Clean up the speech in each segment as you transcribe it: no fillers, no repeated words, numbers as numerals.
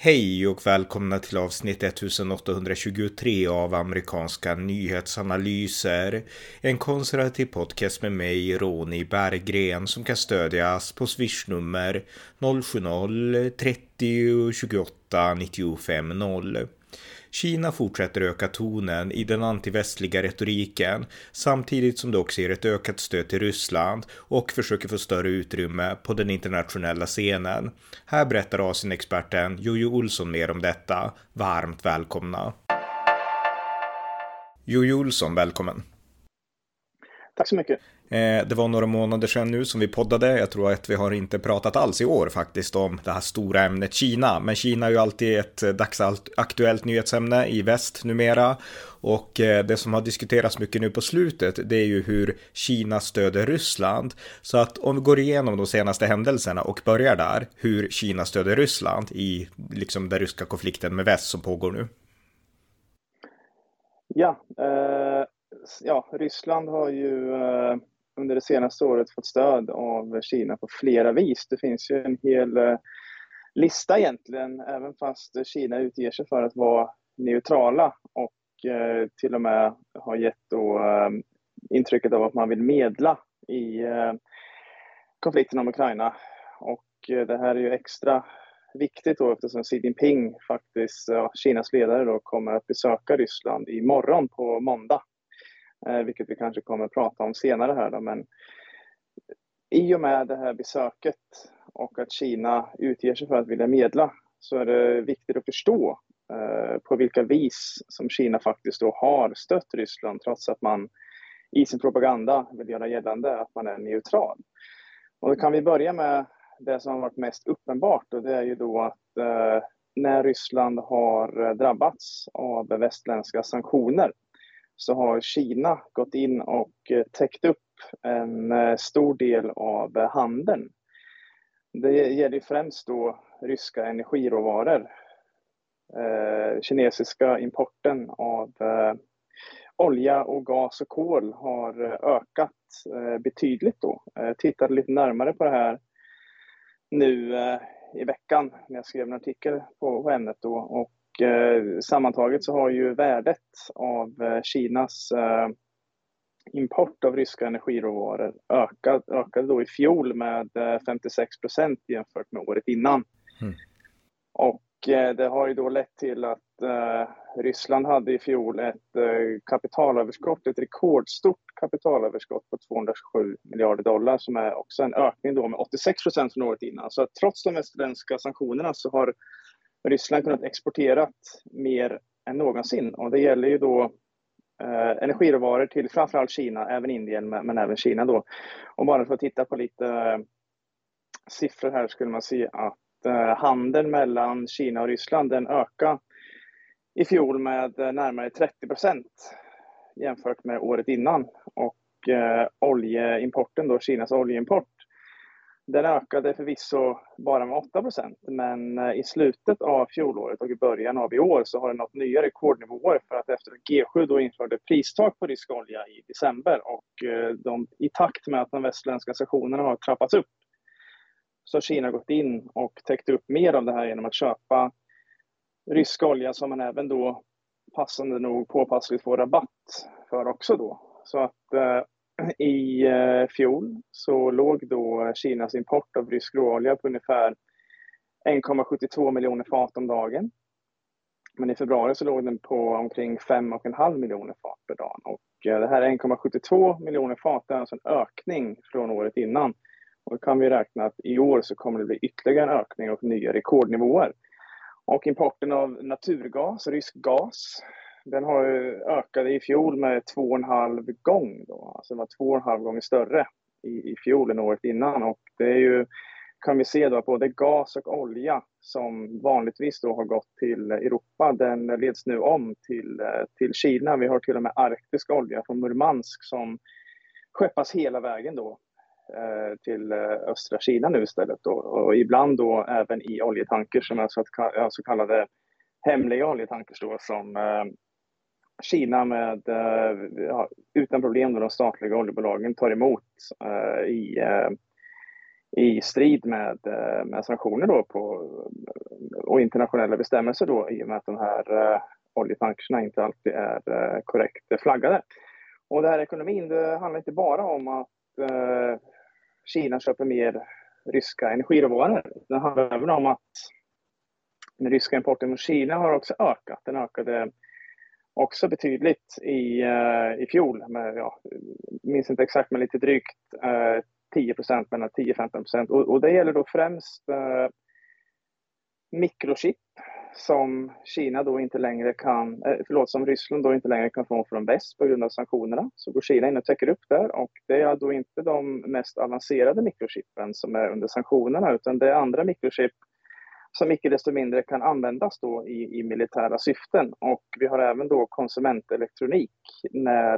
Hej och välkomna till avsnitt 1823 av amerikanska nyhetsanalyser. En konservativ podcast med mig, Ronny Berggren, som kan stödjas på swishnummer 070-30 28 95 0. Kina fortsätter öka tonen i den antivästliga retoriken samtidigt som det också ger ett ökat stöd till Ryssland och försöker få större utrymme på den internationella scenen. Här berättar Asienexperten Jojo Olsson mer om detta. Varmt välkomna! Jojo Olsson, välkommen! Tack så mycket. Det var några månader sedan nu som vi poddade. Jag tror att vi har inte pratat alls i år faktiskt om det här stora ämnet Kina. Men Kina är ju alltid ett dagsaktuellt nyhetsämne i väst numera. Och det som har diskuterats mycket nu på slutet, det är ju hur Kina stöder Ryssland. Så att om vi går igenom de senaste händelserna och börjar där, hur Kina stöder Ryssland i liksom den ryska konflikten med väst som pågår nu. Ryssland har ju under det senaste året fått stöd av Kina på flera vis. Det finns ju en hel lista egentligen, även fast Kina utger sig för att vara neutrala och till och med har gett då, intrycket av att man vill medla i konflikten om Ukraina. Och det här är ju extra viktigt då, eftersom Xi Jinping faktiskt, Kinas ledare då, kommer att besöka Ryssland imorgon på måndag. Vilket vi kanske kommer att prata om senare här då, men i och med det här besöket och att Kina utger sig för att vilja medla, så är det viktigt att förstå på vilka vis som Kina faktiskt då har stött Ryssland, trots att man i sin propaganda vill göra gällande att man är neutral. Och då kan vi börja med det som har varit mest uppenbart, och det är ju då att när Ryssland har drabbats av västländska sanktioner, så har Kina gått in och täckt upp en stor del av handeln. Det gäller främst då ryska energiråvaror. Kinesiska importen av olja och gas och kol har ökat betydligt då. Jag tittade lite närmare på det här nu i veckan när jag skrev en artikel på ämnet då, och sammantaget så har ju värdet av Kinas import av ryska energiråvaror ökade då i fjol med 56% jämfört med året innan. Och det har ju då lett till att Ryssland hade i fjol ett kapitalöverskott, ett rekordstort kapitalöverskott på $227 miljarder, som är också en ökning då med 86% från året innan. Så att trots de västerländska sanktionerna så har Ryssland kunnat exportera mer än någonsin, och det gäller ju då energiråvaror till framförallt Kina, även Indien men även Kina då. Och bara för att titta på lite siffror här skulle man se att handeln mellan Kina och Ryssland, den ökade i fjol med närmare 30% jämfört med året innan. Och oljeimporten då, Kinas oljeimport, den ökade förvisso bara med 8%, men i slutet av fjolåret och i början av i år så har det nått nya rekordnivåer, för att efter att G7 då införde pristak på rysk olja i december, och i takt med att de västländska sanktionerna har trappats upp, så har Kina gått in och täckt upp mer av det här genom att köpa rysk olja som man även då passande nog påpassligt får rabatt för också då. Så att i fjol så låg då Kinas import av rysk råolja på ungefär 1,72 miljoner fat om dagen. Men i februari så låg den på omkring 5,5 miljoner fat per dag. Och det här 1,72 miljoner fat är alltså en ökning från året innan. Och då kan vi räkna att i år så kommer det bli ytterligare en ökning och nya rekordnivåer. Och importen av naturgas, rysk gas, den har ökat i fjol med 2,5 gång då. Alltså den var 2,5 gånger större i fjol än året innan. Och det är ju, kan vi se då, att både gas och olja som vanligtvis då har gått till Europa, den leds nu om till Kina. Vi har till och med arktisk olja från Murmansk som skeppas hela vägen då till östra Kina nu istället då. Och ibland då även i oljetankers som är så kallade hemliga oljetankers då, som Kina med utan problem då de statliga oljebolagen tar emot i strid med sanktioner då och internationella bestämmelser då, i och med att de här oljetankerna inte alltid är korrekt flaggade. Och det här ekonomin, det handlar inte bara om att Kina köper mer ryska energiråvaror. Det handlar även om att den ryska importen från Kina har också ökat. Den ökade också betydligt i fjol med, jag minns inte exakt, men lite drygt 10%, mellan 10-15%. Och det gäller då främst mikrochip som Kina då inte längre kan, som Ryssland då inte längre kan få från väst på grund av sanktionerna. Så går Kina in och täcker upp där, och det är då inte de mest avancerade mikrochippen som är under sanktionerna, utan det är andra mikrochip som icke desto mindre kan användas då i militära syften. Och vi har även då konsumentelektronik när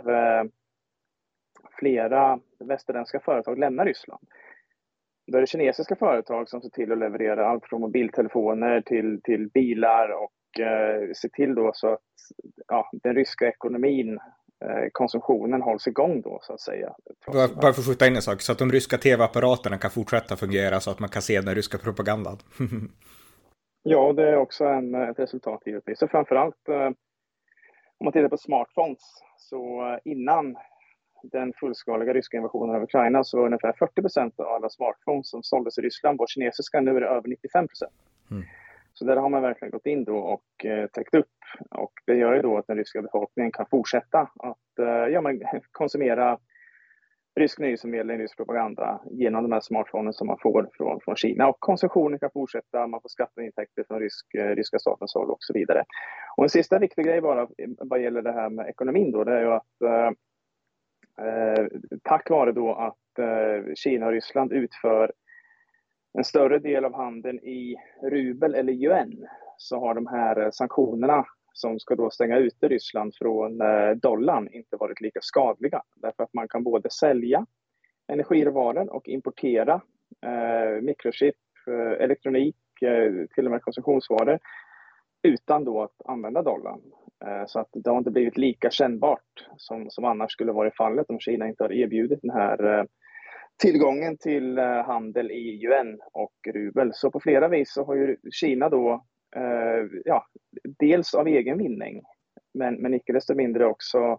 flera västerländska företag lämnar Ryssland. Då är det kinesiska företag som ser till att leverera allt från mobiltelefoner till bilar och ser till då så att den ryska ekonomin, konsumtionen hålls igång då, så att säga. Bara för att skjuta in en sak, så att de ryska tv-apparaterna kan fortsätta fungera så att man kan se den ryska propagandan. Ja, det är också ett resultat givetvis. Så framförallt om man tittar på smartphones, så innan den fullskaliga ryska invasionen av Ukraina så ungefär 40% av alla smartphones som såldes i Ryssland var kinesiska. Nu är det över 95%. Så där har man verkligen gått in då och täckt upp. Och det gör ju då att den ryska befolkningen kan fortsätta att konsumera rysk nyhetsförmedling, rysk propaganda genom de här smartphones som man får från Kina. Och konsumtionen kan fortsätta, man får skatteintäkter från ryska statens håll och så vidare. Och en sista viktig grej bara vad gäller det här med ekonomin då, det är ju att tack vare då att Kina och Ryssland utför en större del av handeln i rubel eller yuan, så har de här sanktionerna som ska då stänga ute Ryssland från dollarn inte varit lika skadliga. Därför att man kan både sälja energiråvaror och importera mikrochip, elektronik, till och med konsumtionsvaror utan då att använda dollarn. Så att det har inte blivit lika kännbart som annars skulle varit fallet om Kina inte har erbjudit den här tillgången till handel i yuan och rubel. Så på flera vis så har ju Kina då dels av egen vinning, men icke desto mindre också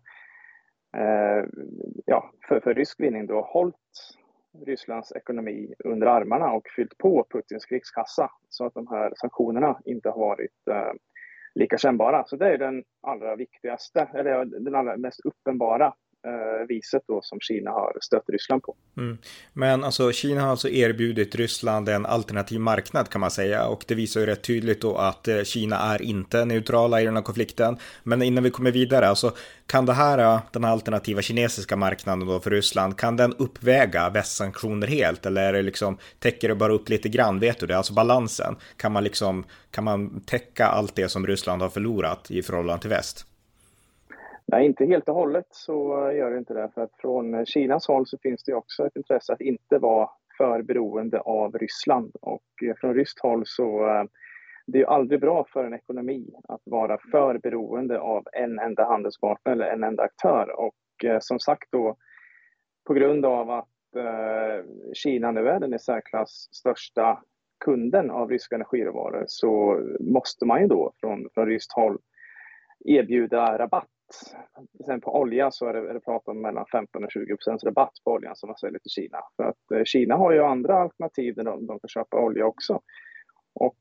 för rysk vinning då hållit Rysslands ekonomi under armarna och fyllt på Putins krigskassa, så att de här sanktionerna inte har varit lika kännbara. Så det är den allra viktigaste, eller den allra mest uppenbara viset då som Kina har stött Ryssland på. Men alltså Kina har alltså erbjudit Ryssland en alternativ marknad, kan man säga, och det visar ju rätt tydligt då att Kina är inte neutrala i den här konflikten. Men innan vi kommer vidare, alltså, kan den här alternativa kinesiska marknaden då för Ryssland, kan den uppväga västsanktioner helt, eller är det liksom, täcker det bara upp lite grann, vet du det, alltså balansen, kan man täcka allt det som Ryssland har förlorat i förhållande till väst? Nej, inte helt och hållet så gör det inte det. För att från Kinas håll så finns det också ett intresse att inte vara för beroende av Ryssland. Och från ryskt håll så det är ju aldrig bra för en ekonomi att vara för beroende av en enda handelspartner eller en enda aktör. Och som sagt då, på grund av att Kina nu är den i särklass största kunden av ryska energiråvaror, så måste man ju då från ryskt håll erbjuda rabatt. Sen på olja så är det prat om mellan 15 och 20% rabatt på oljan som man säljer till Kina. För att Kina har ju andra alternativ där de kan köpa olja också. Och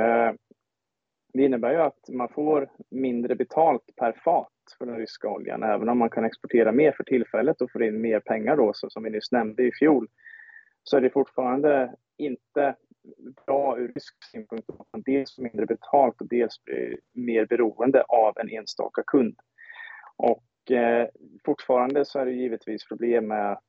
det innebär ju att man får mindre betalt per fat för den ryska oljan. Även om man kan exportera mer för tillfället och få in mer pengar då, som vi nyss nämnde i fjol, så är det fortfarande inte bra ur rysk synpunkt att man dels får mindre betalt och dels blir mer beroende av en enstaka kund. Och fortfarande så är det givetvis problem med att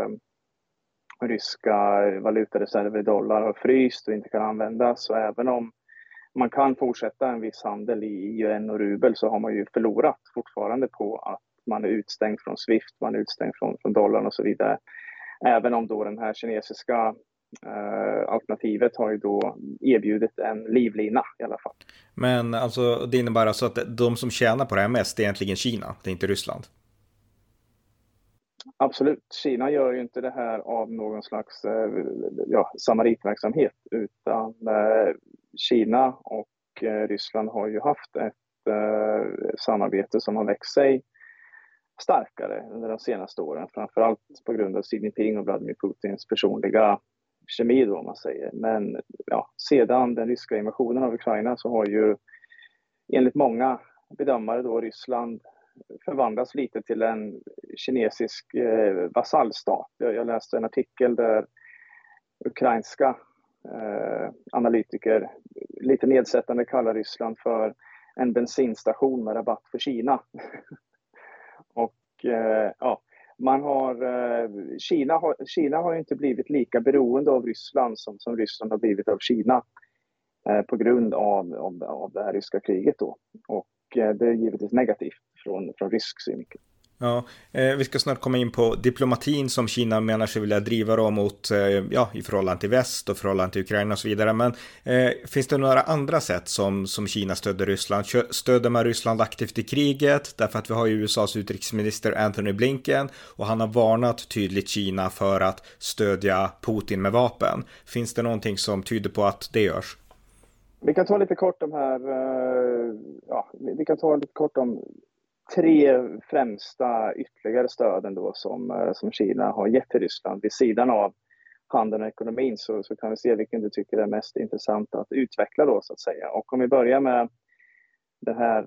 ryska valutareserver i dollar har fryst och inte kan användas. Så även om man kan fortsätta en viss handel i yuan och rubel, så har man ju förlorat fortfarande på att man är utstängd från Swift, man är utstängd från dollarn och så vidare. Även om då den här kinesiska alternativet har ju då erbjudit en livlina i alla fall. Men alltså det innebär alltså att de som tjänar på det här mest är egentligen Kina, det är inte Ryssland? Absolut. Kina gör ju inte det här av någon slags samaritverksamhet, utan Kina och Ryssland har ju haft ett samarbete som har växt sig starkare under de senaste åren, framförallt på grund av Xi Jinping och Vladimir Putins personliga kemi då, om man säger. Men sedan den ryska invasionen av Ukraina så har ju enligt många bedömare då Ryssland förvandlas lite till en kinesisk vasallstat. Jag läste en artikel där ukrainska analytiker lite nedsättande kallar Ryssland för en bensinstation med rabatt för Kina. Och Kina har inte blivit lika beroende av Ryssland som Ryssland har blivit av Kina på grund av det här ryska kriget då. Och det är givetvis negativt från rysk synvinkel. Ja, vi ska snart komma in på diplomatin som Kina menar sig vilja driva då mot, i förhållande till väst och förhållande till Ukraina och så vidare. Men finns det några andra sätt som Kina stöder Ryssland? Stöder man Ryssland aktivt i kriget? Därför att vi har ju USAs utrikesminister Antony Blinken och han har varnat tydligt Kina för att stödja Putin med vapen. Finns det någonting som tyder på att det görs? Vi kan ta lite kort om tre främsta ytterligare stöden då som Kina har gett till Ryssland. Vid sidan av handeln och ekonomin så kan vi se vilken du tycker är mest intressant att utveckla då, så att säga. Och om vi börjar med det här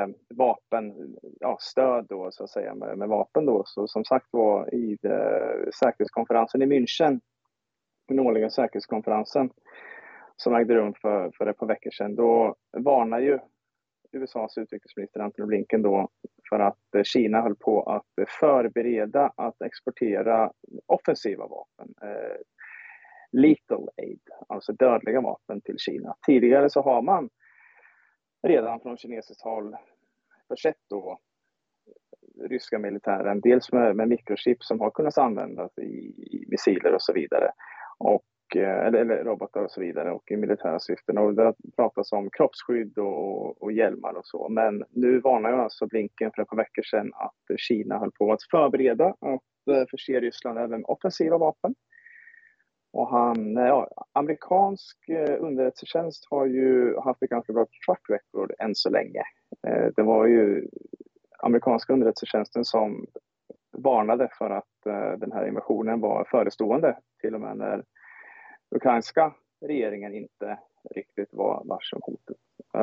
stöd då, så att säga, med vapen då, så som sagt var i säkerhetskonferensen i München, den årliga säkerhetskonferensen som ägde rum för ett par veckor sedan, då varnar ju USAs utrikesminister Antony Blinken då för att Kina höll på att förbereda att exportera offensiva vapen, lethal aid, alltså dödliga vapen till Kina. Tidigare så har man redan från kinesiskt håll försett då ryska militären dels med mikrochip som har kunnat användas i missiler och så vidare, eller robotar och så vidare, och i militära syften. Och det pratas om kroppsskydd och hjälmar och så. Men nu varnar ju alltså Blinken för ett par veckor sedan att Kina höll på att förbereda att förse Ryssland även med offensiva vapen. Och amerikansk underrättelsetjänst har ju haft ett ganska bra track record än så länge. Det var ju amerikanska underrättelsetjänsten som varnade för att den här invasionen var förestående, till och med när ukrainska regeringen inte riktigt var varse om hotet.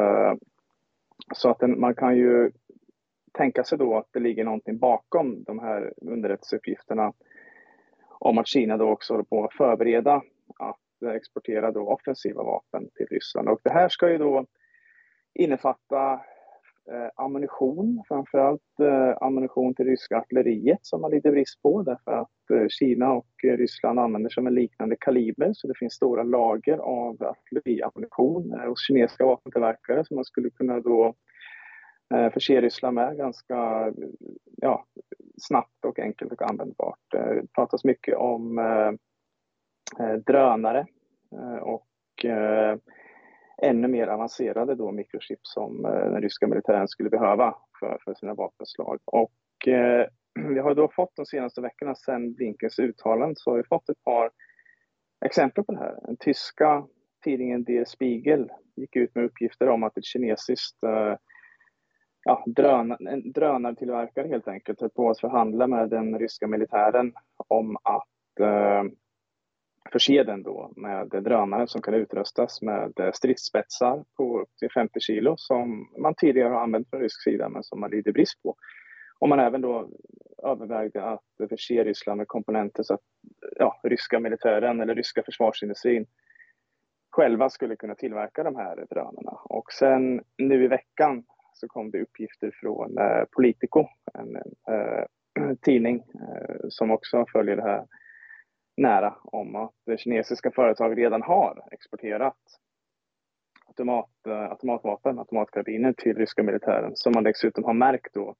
Så att man kan ju tänka sig då att det ligger någonting bakom de här underrättelseuppgifterna om att Kina då också håller på att förbereda att exportera då offensiva vapen till Ryssland. Och det här ska ju då innefatta ammunition, framförallt ammunition till ryska artilleriet som man lite brist på, därför att Kina och Ryssland använder sig av en liknande kaliber, så det finns stora lager av artilleriammunition hos kinesiska vapentillverkare som man skulle kunna då förse Ryssland med ganska snabbt och enkelt och användbart. Det pratas mycket om drönare och ännu mer avancerade då mikrochip som den ryska militären skulle behöva för sina vapenslag. Och vi har då fått de senaste veckorna sedan Blinkens uttalande, så har vi fått ett par exempel på det här. Den tyska tidningen Der Spiegel gick ut med uppgifter om att ett kinesiskt drönartillverkare helt enkelt höll på att förhandla med den ryska militären om att förse den då med drönare som kan utrustas med stridsspetsar på upp till 50 kilo som man tidigare har använt från rysk sida men som man lider brist på. Och man även då övervägde att förse Ryssland med komponenter så att ryska militären eller ryska försvarsindustrin själva skulle kunna tillverka de här drönarna. Och sen nu i veckan så kom det uppgifter från Politico, en tidning som också följer det här nära, om att kinesiska företag redan har exporterat automatkarbiner till ryska militären som man dessutom har märkt då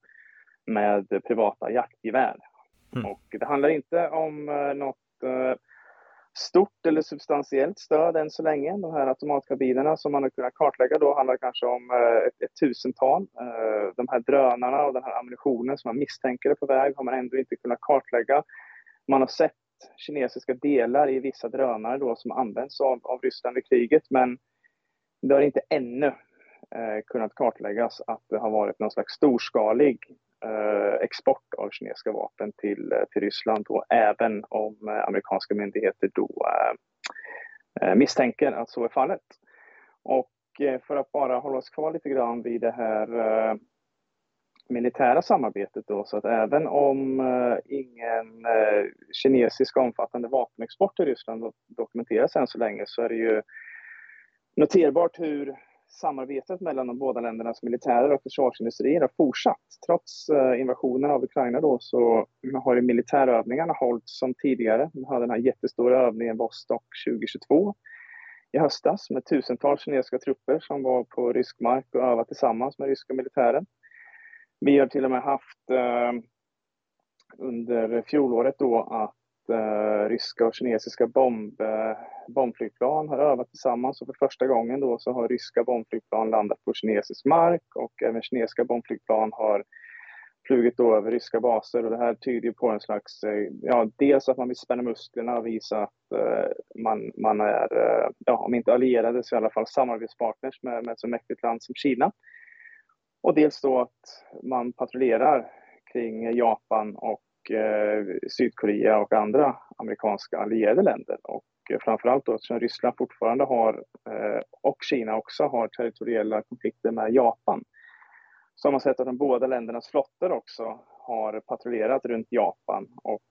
med privata jaktgevär. Och det handlar inte om något stort eller substantiellt stöd än så länge. De här automatkarbinerna som man har kunnat kartlägga då handlar kanske om ett tusental. De här drönarna och den här ammunitionen som man misstänker är på väg har man ändå inte kunnat kartlägga. Man har sett kinesiska delar i vissa drönare då som används av Ryssland i kriget, men det har inte ännu kunnat kartläggas att det har varit någon slags storskalig export av kinesiska vapen till Ryssland då, även om amerikanska myndigheter då misstänker att så är fallet. Och för att bara hålla oss kvar lite grann vid det här militära samarbetet då, så att även om ingen kinesisk omfattande vapenexport till Ryssland dokumenteras än så länge, så är det ju noterbart hur samarbetet mellan de båda ländernas militärer och försvarsindustrier har fortsatt. Trots invasionen av Ukraina då, så har ju militärövningarna hållits som tidigare. Vi hade den här jättestora övningen Vostok 2022 i höstas med tusentals kinesiska trupper som var på rysk mark och övat tillsammans med ryska militären. Vi har till och med haft under fjolåret då att ryska och kinesiska bombflygplan har övat tillsammans, och för första gången då så har ryska bombflygplan landat på kinesisk mark, och även kinesiska bombflygplan har flugit då över ryska baser, och det här tyder på en slags, dels att man vill spänna musklerna och visa att man är, om inte allierade så i alla fall samarbetspartners med ett så mäktigt land som Kina. Och dels då att man patrullerar kring Japan och Sydkorea och andra amerikanska allierade länder. Och framförallt då eftersom Ryssland fortfarande har, och Kina också har territoriella konflikter med Japan, så har man sett att de båda ländernas flottor också har patrullerat runt Japan. Och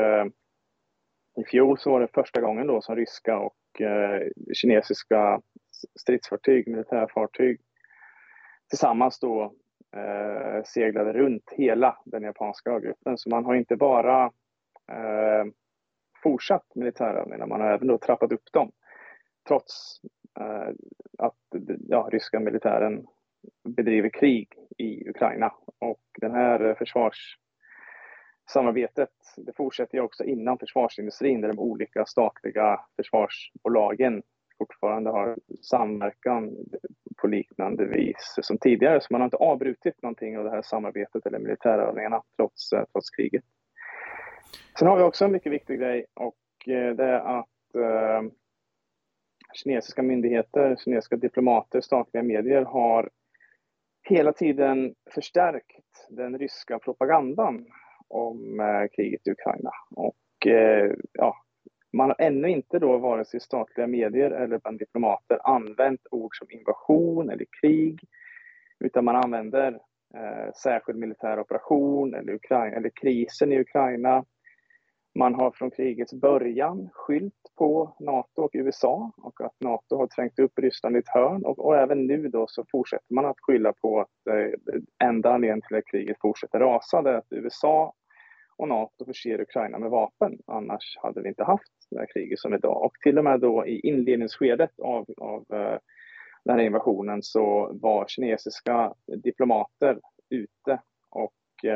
i fjol så var det första gången då som ryska och kinesiska stridsfartyg, militärfartyg tillsammans då seglade runt hela den japanska ögruppen. Så man har inte bara fortsatt militärövningarna, man har även då trappat upp dem. Trots att ryska militären bedriver krig i Ukraina. Och den här försvarssamarbetet, det fortsätter ju också inom försvarsindustrin, där de olika statliga försvarsbolagen fortfarande har samverkan på liknande vis som tidigare. Så man har inte avbrutit någonting av det här samarbetet eller militärövningarna trots kriget. Sen har vi också en mycket viktig grej, och det är att kinesiska myndigheter, kinesiska diplomater, statliga medier har hela tiden förstärkt den ryska propagandan om kriget i Ukraina. Och man har ännu inte då vare sig statliga medier eller bland diplomater använt ord som invasion eller krig, utan man använder särskild militär operation eller krisen i Ukraina. Man har från krigets början skyllt på NATO och USA, och att NATO har trängt upp Ryssland i ett hörn, och även nu då så fortsätter man att skylla på att enda anledningen till att kriget fortsätter rasa är att USA och NATO förser Ukraina med vapen. Annars hade vi inte haft det här kriget som idag. Och till och med då i inledningsskedet av den här invasionen så var kinesiska diplomater ute och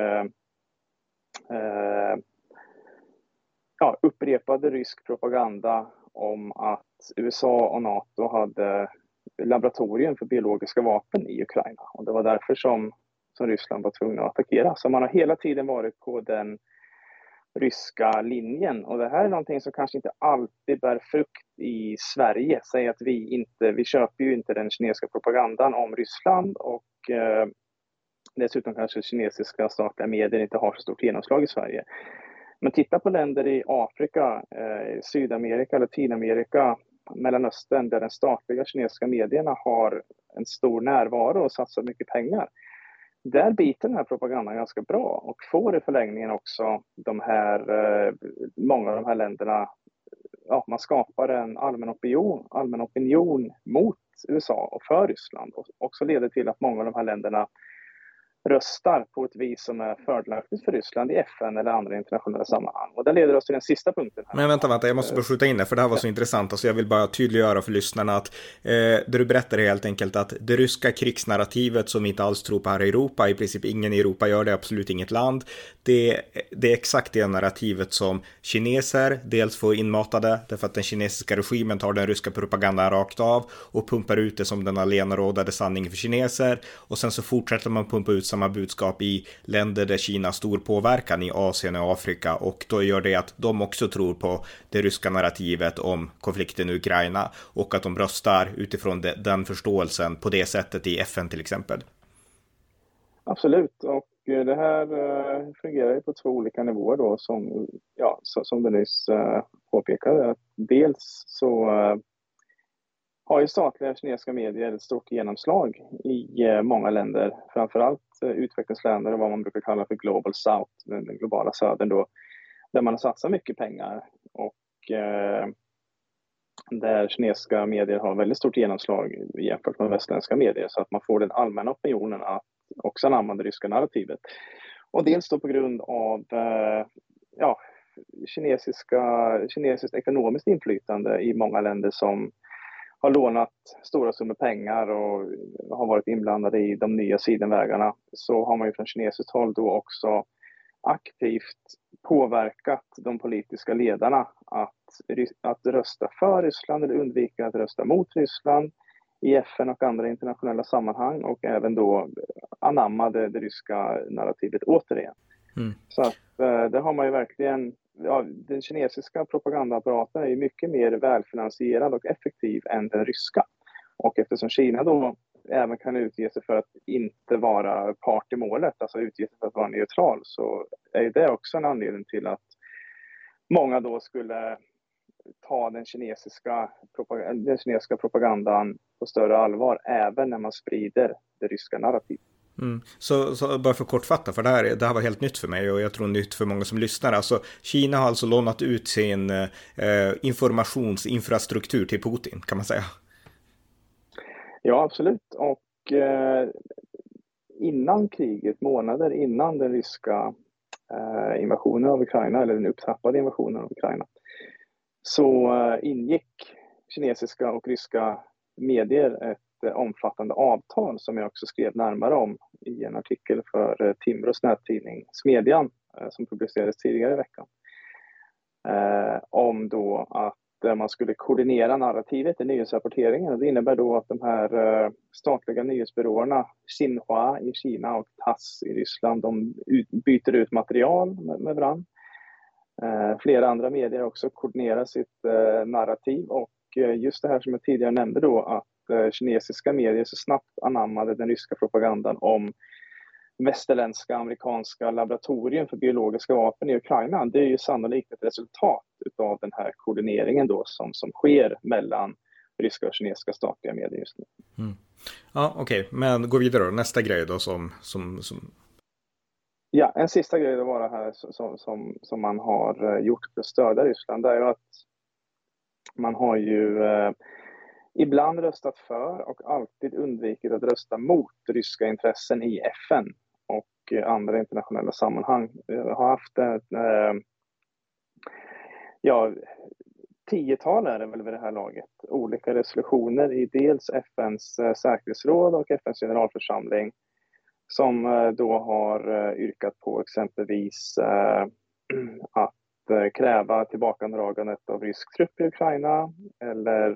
upprepade rysk propaganda om att USA och NATO hade laboratorium för biologiska vapen i Ukraina. Och det var därför som Ryssland var tvungna att attackera. Så man har hela tiden varit på den ryska linjen. Och det här är någonting som kanske inte alltid bär frukt i Sverige. Säg att vi köper ju inte den kinesiska propagandan om Ryssland, och dessutom kanske kinesiska statliga medier inte har så stort genomslag i Sverige. Men titta på länder i Afrika, Sydamerika, Latinamerika, Mellanöstern, där den statliga kinesiska medierna har en stor närvaro och satsar mycket pengar. Där biter den här propagandan ganska bra, och får i förlängningen också många av de här länderna, man skapar en allmän opinion mot USA och för Ryssland, och också leder till att många av de här länderna röstar på ett vis som är fördelaktigt för Ryssland i FN eller andra internationella sammanhang. Och det leder oss till den sista punkten här. Men vänta, jag måste bara skjuta in det, för det här var så intressant. Alltså jag vill bara tydliggöra för lyssnarna att det du berättar är helt enkelt att det ryska krigsnarrativet som vi inte alls tror på här i Europa, i princip ingen i Europa gör det, absolut inget land. Det är exakt det narrativet som kineser dels får inmatade, därför att den kinesiska regimen tar den ryska propagandan rakt av och pumpar ut det som den allenarådande sanningen för kineser. Och sen så fortsätter man pumpa ut samma budskap i länder där Kina har stor påverkan, i Asien och Afrika, och då gör det att de också tror på det ryska narrativet om konflikten i Ukraina och att de röstar utifrån den förståelsen på det sättet i FN till exempel. Absolut, och det här fungerar ju på två olika nivåer då, som du nyss påpekade. Att dels så har ju statliga kinesiska medier ett stort genomslag i många länder, framförallt utvecklingsländer och vad man brukar kalla för Global South, den globala södern då, där man har satsat mycket pengar och där kinesiska medier har väldigt stort genomslag jämfört med västländska medier, så att man får den allmänna opinionen att också anamma det ryska narrativet. Och dels då på grund av kinesiskt ekonomiskt inflytande i många länder som har lånat stora summor pengar och har varit inblandade i de nya sidenvägarna, så har man ju från kinesiskt håll då också aktivt påverkat de politiska ledarna att rösta för Ryssland eller undvika att rösta mot Ryssland i FN och andra internationella sammanhang, och även då anamma det ryska narrativet återigen. Så att det har man ju verkligen, den kinesiska propagandaapparaten är ju mycket mer välfinansierad och effektiv än den ryska. Och eftersom Kina då även kan utge sig för att inte vara part i målet, alltså utge sig för att vara neutral, så är det också en anledning till att många då skulle ta den kinesiska propagandan på större allvar, även när man sprider det ryska narrativet. Så bara för kortfatta, för det här var helt nytt för mig och jag tror nytt för många som lyssnar. Alltså, Kina har alltså lånat ut sin informationsinfrastruktur till Putin, kan man säga. Ja, absolut. Och innan kriget, månader innan den ryska invasionen av Ukraina, eller den upptrappade invasionen av Ukraina, så ingick kinesiska och ryska medier ett omfattande avtal som jag också skrev närmare om i en artikel för Timbros nättidning Smedjan som publicerades tidigare i veckan. Om då att man skulle koordinera narrativet i nyhetsrapporteringen. Det innebär då att de här statliga nyhetsbyråerna Xinhua i Kina och TASS i Ryssland, de byter ut material med varandra. Flera andra medier också koordinerar sitt narrativ, och just det här som jag tidigare nämnde då, att kinesiska medier så snabbt anammade den ryska propagandan om västerländska amerikanska laboratorium för biologiska vapen i Ukraina. Det är ju sannolikt ett resultat av den här koordineringen då som sker mellan ryska och kinesiska statliga medier just nu. Ja, okej. Men gå vidare då. Nästa grej då som... Ja, en sista grej då var det här som man har gjort för att stödja Ryssland. Det är ju att man har ju ibland röstat för och alltid undvikit att rösta mot ryska intressen i FN och andra internationella sammanhang. Jag har haft tiotal är det väl vid det här laget, olika resolutioner i dels FNs säkerhetsråd och FNs generalförsamling som då har yrkat på exempelvis att kräva tillbakadragandet av rysk trupp i Ukraina, eller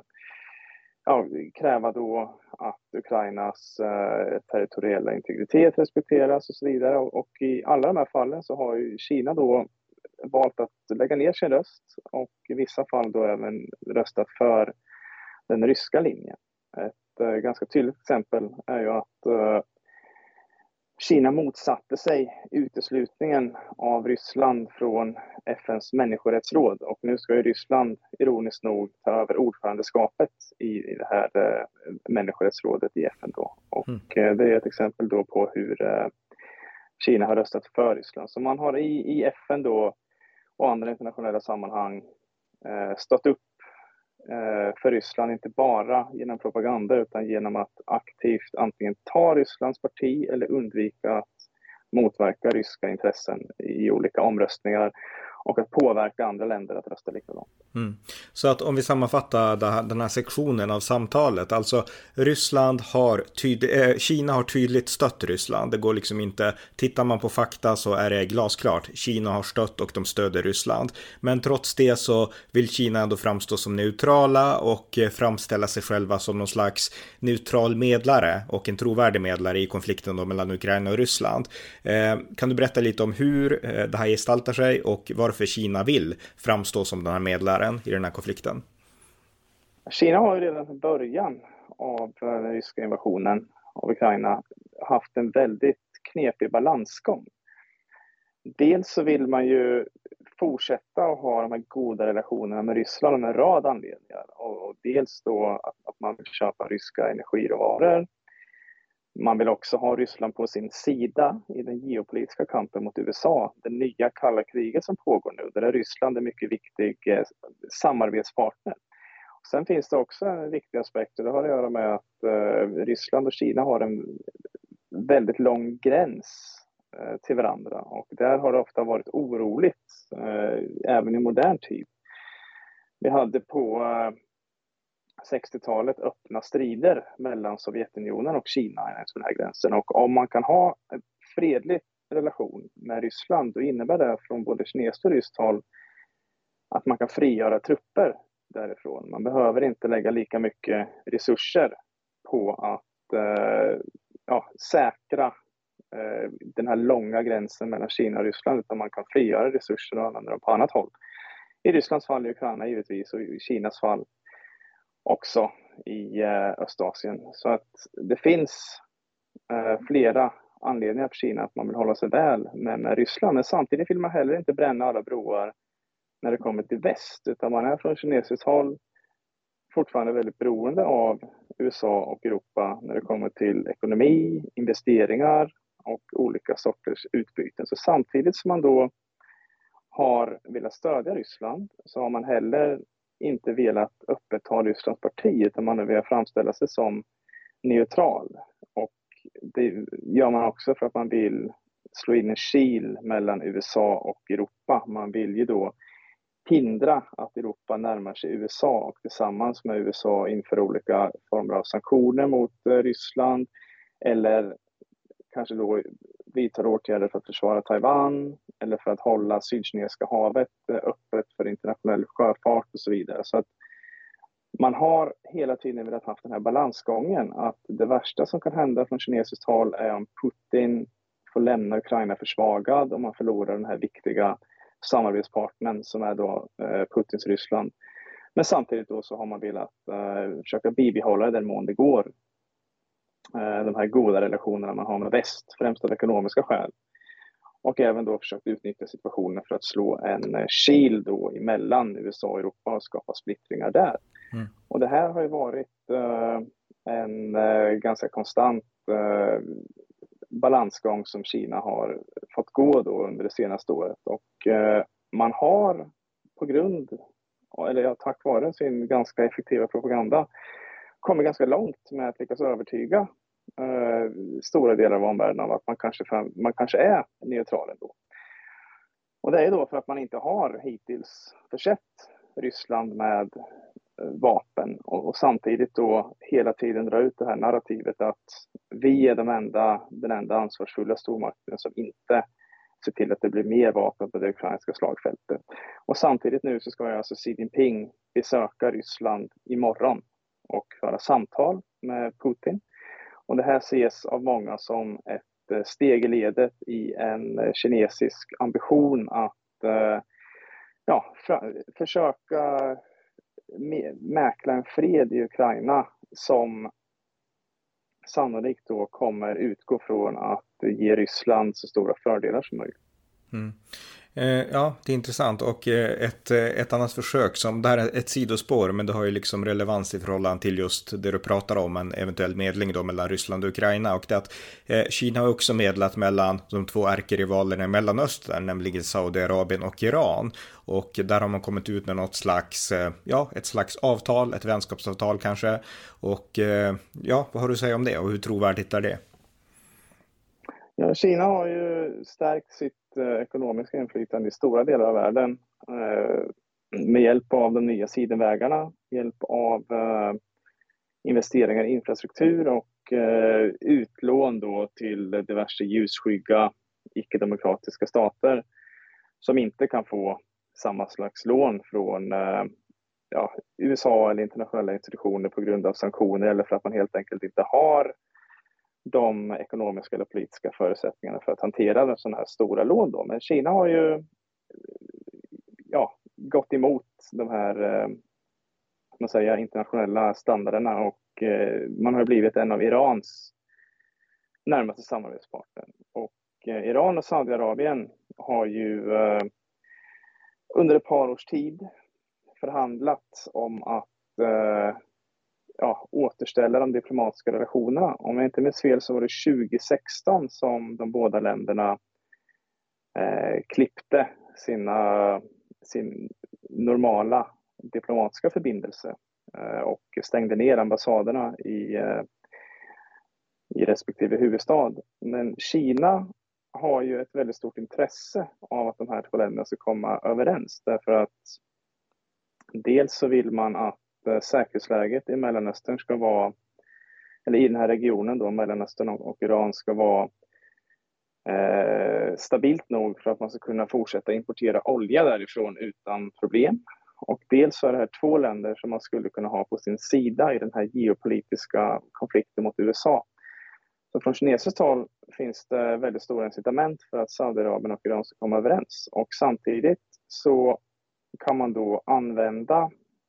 kräva då att Ukrainas territoriella integritet respekteras och så vidare. Och i alla de här fallen så har ju Kina då valt att lägga ner sin röst och i vissa fall då även röstat för den ryska linjen. Ett ganska tydligt exempel är ju att Kina motsatte sig uteslutningen av Ryssland från FNs människorättsråd, och nu ska ju Ryssland ironiskt nog ta över ordförandeskapet i det här människorättsrådet i FN då. Och det är ett exempel då på hur Kina har röstat för Ryssland. Så man har i FN då och andra internationella sammanhang stått upp för Ryssland, inte bara genom propaganda utan genom att aktivt antingen ta Rysslands parti eller undvika att motverka ryska intressen i olika omröstningar och att påverka andra länder att rösta likadant. Så att om vi sammanfattar den här sektionen av samtalet, alltså Kina har tydligt stött Ryssland. Det går liksom inte, tittar man på fakta så är det glasklart. Kina har stött och de stöder Ryssland. Men trots det så vill Kina ändå framstå som neutrala och framställa sig själva som någon slags neutral medlare och en trovärdig medlare i konflikten då mellan Ukraina och Ryssland. Kan du berätta lite om hur det här gestaltar sig och varför Kina vill framstå som den här medlaren i den här konflikten? Kina har ju redan från början av den ryska invasionen av Ukraina haft en väldigt knepig balansgång. Dels så vill man ju fortsätta att ha de här goda relationerna med Ryssland av en rad anledningar. Och dels då att man vill köpa ryska energiråvaror. Man vill också ha Ryssland på sin sida i den geopolitiska kampen mot USA. Det nya kalla kriget som pågår nu, där är Ryssland en mycket viktig samarbetspartner. Sen finns det också en viktig aspekt, och det har att göra med att Ryssland och Kina har en väldigt lång gräns till varandra. Och där har det ofta varit oroligt, även i modern tid. Vi hade på 60-talet öppna strider mellan Sovjetunionen och Kina i den här gränsen. Och om man kan ha en fredlig relation med Ryssland, då innebär det från både kinesiskt och ryskt håll att man kan frigöra trupper därifrån. Man behöver inte lägga lika mycket resurser på att säkra den här långa gränsen mellan Kina och Ryssland, utan man kan frigöra resurser och använda dem på annat håll. I Rysslands fall i Ukraina givetvis, och i Kinas fall också i Östasien. Så att det finns flera anledningar för Kina att man vill hålla sig väl med Ryssland. Men samtidigt vill man heller inte bränna alla broar när det kommer till väst. Utan man är från kinesiskt håll fortfarande väldigt beroende av USA och Europa när det kommer till ekonomi, investeringar och olika sorters utbyten. Så samtidigt som man då har velat stödja Ryssland så har man heller inte velat öppet ta Rysslands parti, utan man har velat framställa sig som neutral. Och det gör man också för att man vill slå in en kil mellan USA och Europa. Man vill ju då hindra att Europa närmar sig USA och tillsammans med USA inför olika former av sanktioner mot Ryssland, eller kanske då vidtar åtgärder för att försvara Taiwan eller för att hålla Sydkinesiska havet öppet för internationell sjöfart och så vidare. Så att man har hela tiden velat haft den här balansgången, att det värsta som kan hända från kinesiskt håll är om Putin får lämna Ukraina försvagad och man förlorar den här viktiga samarbetspartnern som är då Putins Ryssland. Men samtidigt då så har man velat försöka bibehålla den mån det går de här goda relationerna man har med väst, främst av ekonomiska skäl. Och även då försökt utnyttja situationen för att slå en kil då emellan USA och Europa och skapa splittringar där. Och det här har ju varit en ganska konstant balansgång som Kina har fått gå då under det senaste året. Och man har tack vare sin ganska effektiva propaganda kommit ganska långt med att lyckas övertyga stora delar av omvärlden av att man kanske är neutral ändå. Och det är då för att man inte har hittills försett Ryssland med vapen och samtidigt då hela tiden dra ut det här narrativet att vi är den enda ansvarsfulla stormakten som inte ser till att det blir mer vapen på det ukrainska slagfältet. Och samtidigt nu så ska alltså Xi Jinping besöka Ryssland imorgon och föra samtal med Putin. Och det här ses av många som ett steg i ledet i en kinesisk ambition att försöka mäkla en fred i Ukraina som sannolikt då kommer utgå från att ge Ryssland så stora fördelar som möjligt. Mm. Ja, det är intressant och ett annat försök som, det här är ett sidospår men det har ju liksom relevans i förhållande till just det du pratar om, en eventuell medling då mellan Ryssland och Ukraina, och det att Kina har också medlat mellan de två ärkerivalerna i Mellanöstern, nämligen Saudiarabien och Iran, och där har man kommit ut med något slags, ett slags avtal, ett vänskapsavtal kanske, och vad har du att säga om det och hur trovärdigt är det? Ja, Kina har ju stärkt sitt ekonomiska inflytande i stora delar av världen med hjälp av de nya sidenvägarna, hjälp av investeringar i infrastruktur och utlån då till diverse ljusskygga icke-demokratiska stater som inte kan få samma slags lån från USA eller internationella institutioner på grund av sanktioner eller för att man helt enkelt inte har de ekonomiska eller politiska förutsättningarna för att hantera sådana här stora lån då. Men Kina har ju gått emot de här internationella standarderna och man har blivit en av Irans närmaste samarbetspartner. Och Iran och Saudiarabien har ju under ett par års tid förhandlat om att återställa de diplomatiska relationerna. Om jag inte minns fel så var det 2016 som de båda länderna klippte sin normala diplomatiska förbindelse och stängde ner ambassaderna i respektive huvudstad. Men Kina har ju ett väldigt stort intresse av att de här två länderna ska komma överens, därför att dels så vill man att säkerhetsläget i Mellanöstern ska vara, eller i den här regionen då, Mellanöstern och Iran ska vara stabilt nog för att man ska kunna fortsätta importera olja därifrån utan problem. Och dels så är det här två länder som man skulle kunna ha på sin sida i den här geopolitiska konflikten mot USA. Så från kinesiskt håll finns det väldigt stora incitament för att Saudiarabien och Iran ska komma överens. Och samtidigt så kan man då använda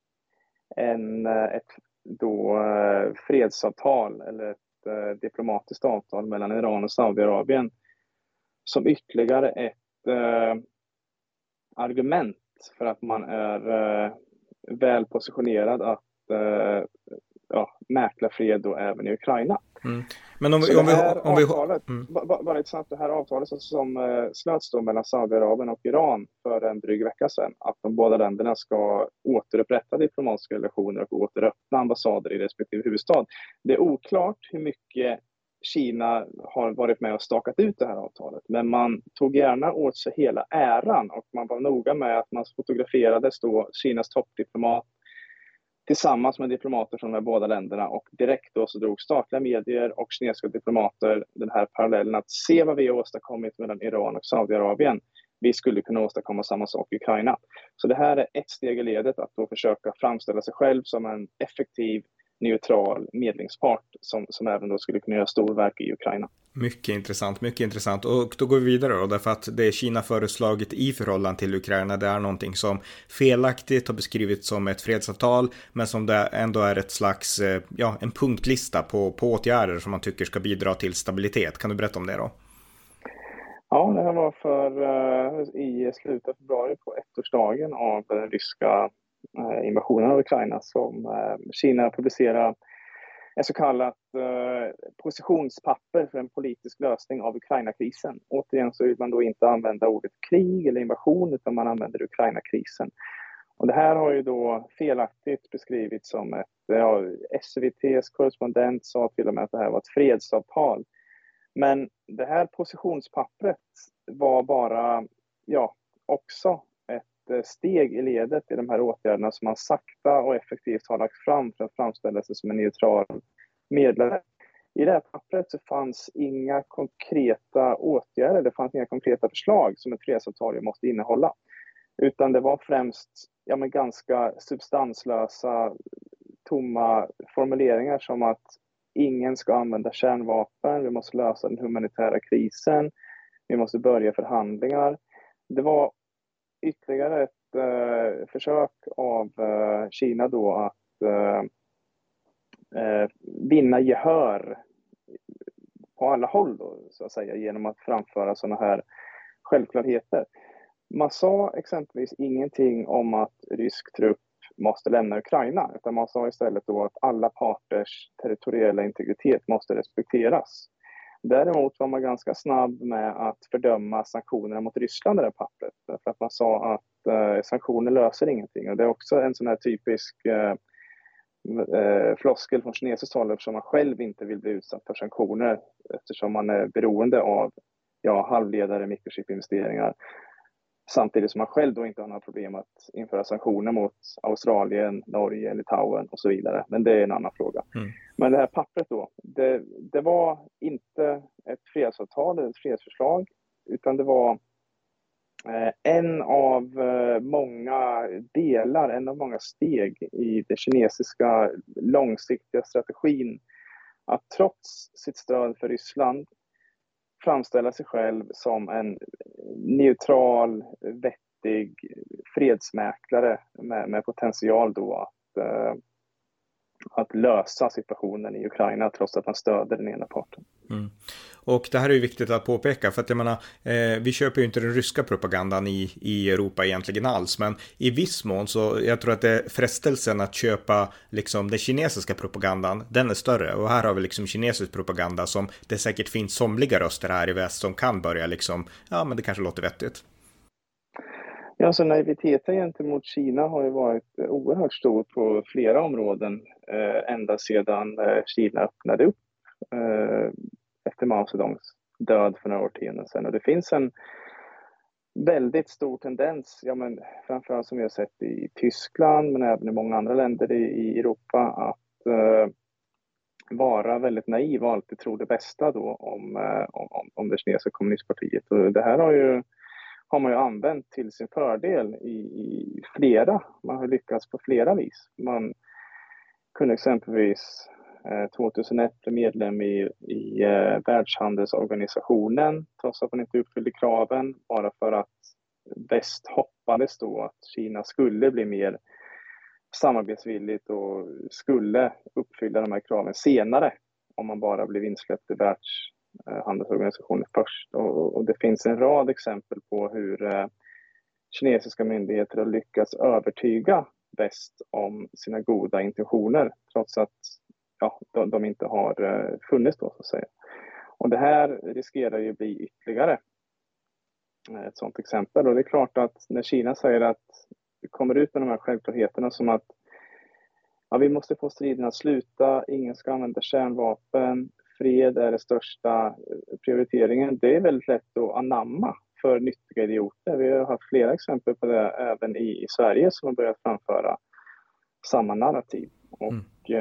ett fredsavtal eller ett diplomatiskt avtal mellan Iran och Saudiarabien som ytterligare ett argument för att man är väl positionerad att mäkla fred då även i Ukraina. Mm. Men bara ett snabbt, det här avtalet som slöts då mellan Saudiarabien och Iran för en dryg vecka sedan, att de båda länderna ska återupprätta diplomatiska relationer och återöppna ambassader i respektive huvudstad. Det är oklart hur mycket Kina har varit med och stakat ut det här avtalet, men man tog gärna åt sig hela äran och man var noga med att man fotograferades då Kinas toppdiplomat tillsammans med diplomater från de båda länderna, och direkt då så drog statliga medier och kinesiska diplomater den här parallellen att se vad vi har åstadkommit mellan Iran och Saudiarabien. Vi skulle kunna åstadkomma samma sak i Ukraina. Så det här är ett steg i ledet att då försöka framställa sig själv som en effektiv, neutral medlingspart som även då skulle kunna göra storverk i Ukraina. Mycket intressant. Och då går vi vidare då, därför att det Kina föreslagit i förhållande till Ukraina, det är någonting som felaktigt har beskrivits som ett fredsavtal, men som det ändå är ett slags, en punktlista på åtgärder som man tycker ska bidra till stabilitet. Kan du berätta om det då? Ja, det här var i slutet av februari på ettårsdagen av den ryska invasionen av Ukraina som Kina publicerade ett så kallat positionspapper för en politisk lösning av Ukraina-krisen. Återigen så vill man då inte använda ordet krig eller invasion, utan man använder Ukraina-krisen. Och det här har ju då felaktigt beskrivits som SVT:s korrespondent sa till och med att det här var ett fredsavtal. Men det här positionspappret var bara också ett steg i ledet i de här åtgärderna som man sakta och effektivt har lagt fram för att framställa sig som en neutral medlare. I det här pappret så fanns inga konkreta åtgärder, det fanns inga konkreta förslag som ett fredsavtal måste innehålla. Utan det var främst ganska substanslösa, tomma formuleringar som att ingen ska använda kärnvapen, vi måste lösa den humanitära krisen, vi måste börja förhandlingar. Det var ytterligare ett försök av Kina då att vinna gehör på alla håll då, så att säga, genom att framföra sådana här självklarheter. Man sa exempelvis ingenting om att rysk trupp måste lämna Ukraina, utan man sa istället då att alla parters territoriella integritet måste respekteras. Däremot var man ganska snabb med att fördöma sanktionerna mot Ryssland i det pappret. Därför att man sa att sanktioner löser ingenting. Och det är också en sån här typisk floskel från kinesiskt håll, eftersom man själv inte vill bli utsatt för sanktioner. Eftersom man är beroende av halvledare, mikrochipinvesteringar. Samtidigt som man själv då inte har några problem att införa sanktioner mot Australien, Norge, Litauen och så vidare. Men det är en annan fråga. Men det här pappret då, det var inte ett fredsavtal eller ett fredsförslag, utan det var en av många delar, en av många steg i det kinesiska långsiktiga strategin att trots sitt stöd för Ryssland framställa sig själv som en neutral, vettig fredsmäklare med potential då att lösa situationen i Ukraina trots att man stöder den ena parten. Och det här är ju viktigt att påpeka, för att jag menar, vi köper ju inte den ryska propagandan i Europa egentligen alls, men i viss mån så jag tror att det frestelsen att köpa liksom den kinesiska propagandan, den är större, och här har vi liksom kinesisk propaganda som det säkert finns somliga röster här i väst som kan börja liksom, ja men det kanske låter vettigt. Ja, så naiviteten gentemot Kina har ju varit oerhört stor på flera områden ända sedan Kina öppnade upp efter Mao Zedongs död för några årtionden sedan. Och det finns en väldigt stor tendens, framförallt som vi har sett i Tyskland men även i många andra länder i Europa, att vara väldigt naiv och alltid tro det bästa då om det kinesiska kommunistpartiet. Och det här har man ju använt till sin fördel man har lyckats på flera vis. Man kunde exempelvis 2001 bli medlem i Världshandelsorganisationen trots att man inte uppfyllde kraven, bara för att väst hoppades då att Kina skulle bli mer samarbetsvilligt och skulle uppfylla de här kraven senare om man bara blev insläppt i Världshandelsorganisationen först. Och det finns en rad exempel på hur kinesiska myndigheter har lyckats övertyga väst om sina goda intentioner trots att de inte har funnits då, så att säga. Och det här riskerar ju bli ytterligare ett sådant exempel. Och det är klart att när Kina säger att vi kommer ut med de här självklarheterna som att vi måste få striden att sluta, ingen ska använda kärnvapen, fred är den största prioriteringen. Det är väldigt lätt att anamma för nyttiga idioter. Vi har haft flera exempel på det även i Sverige som har börjat framföra samma narrativ. Och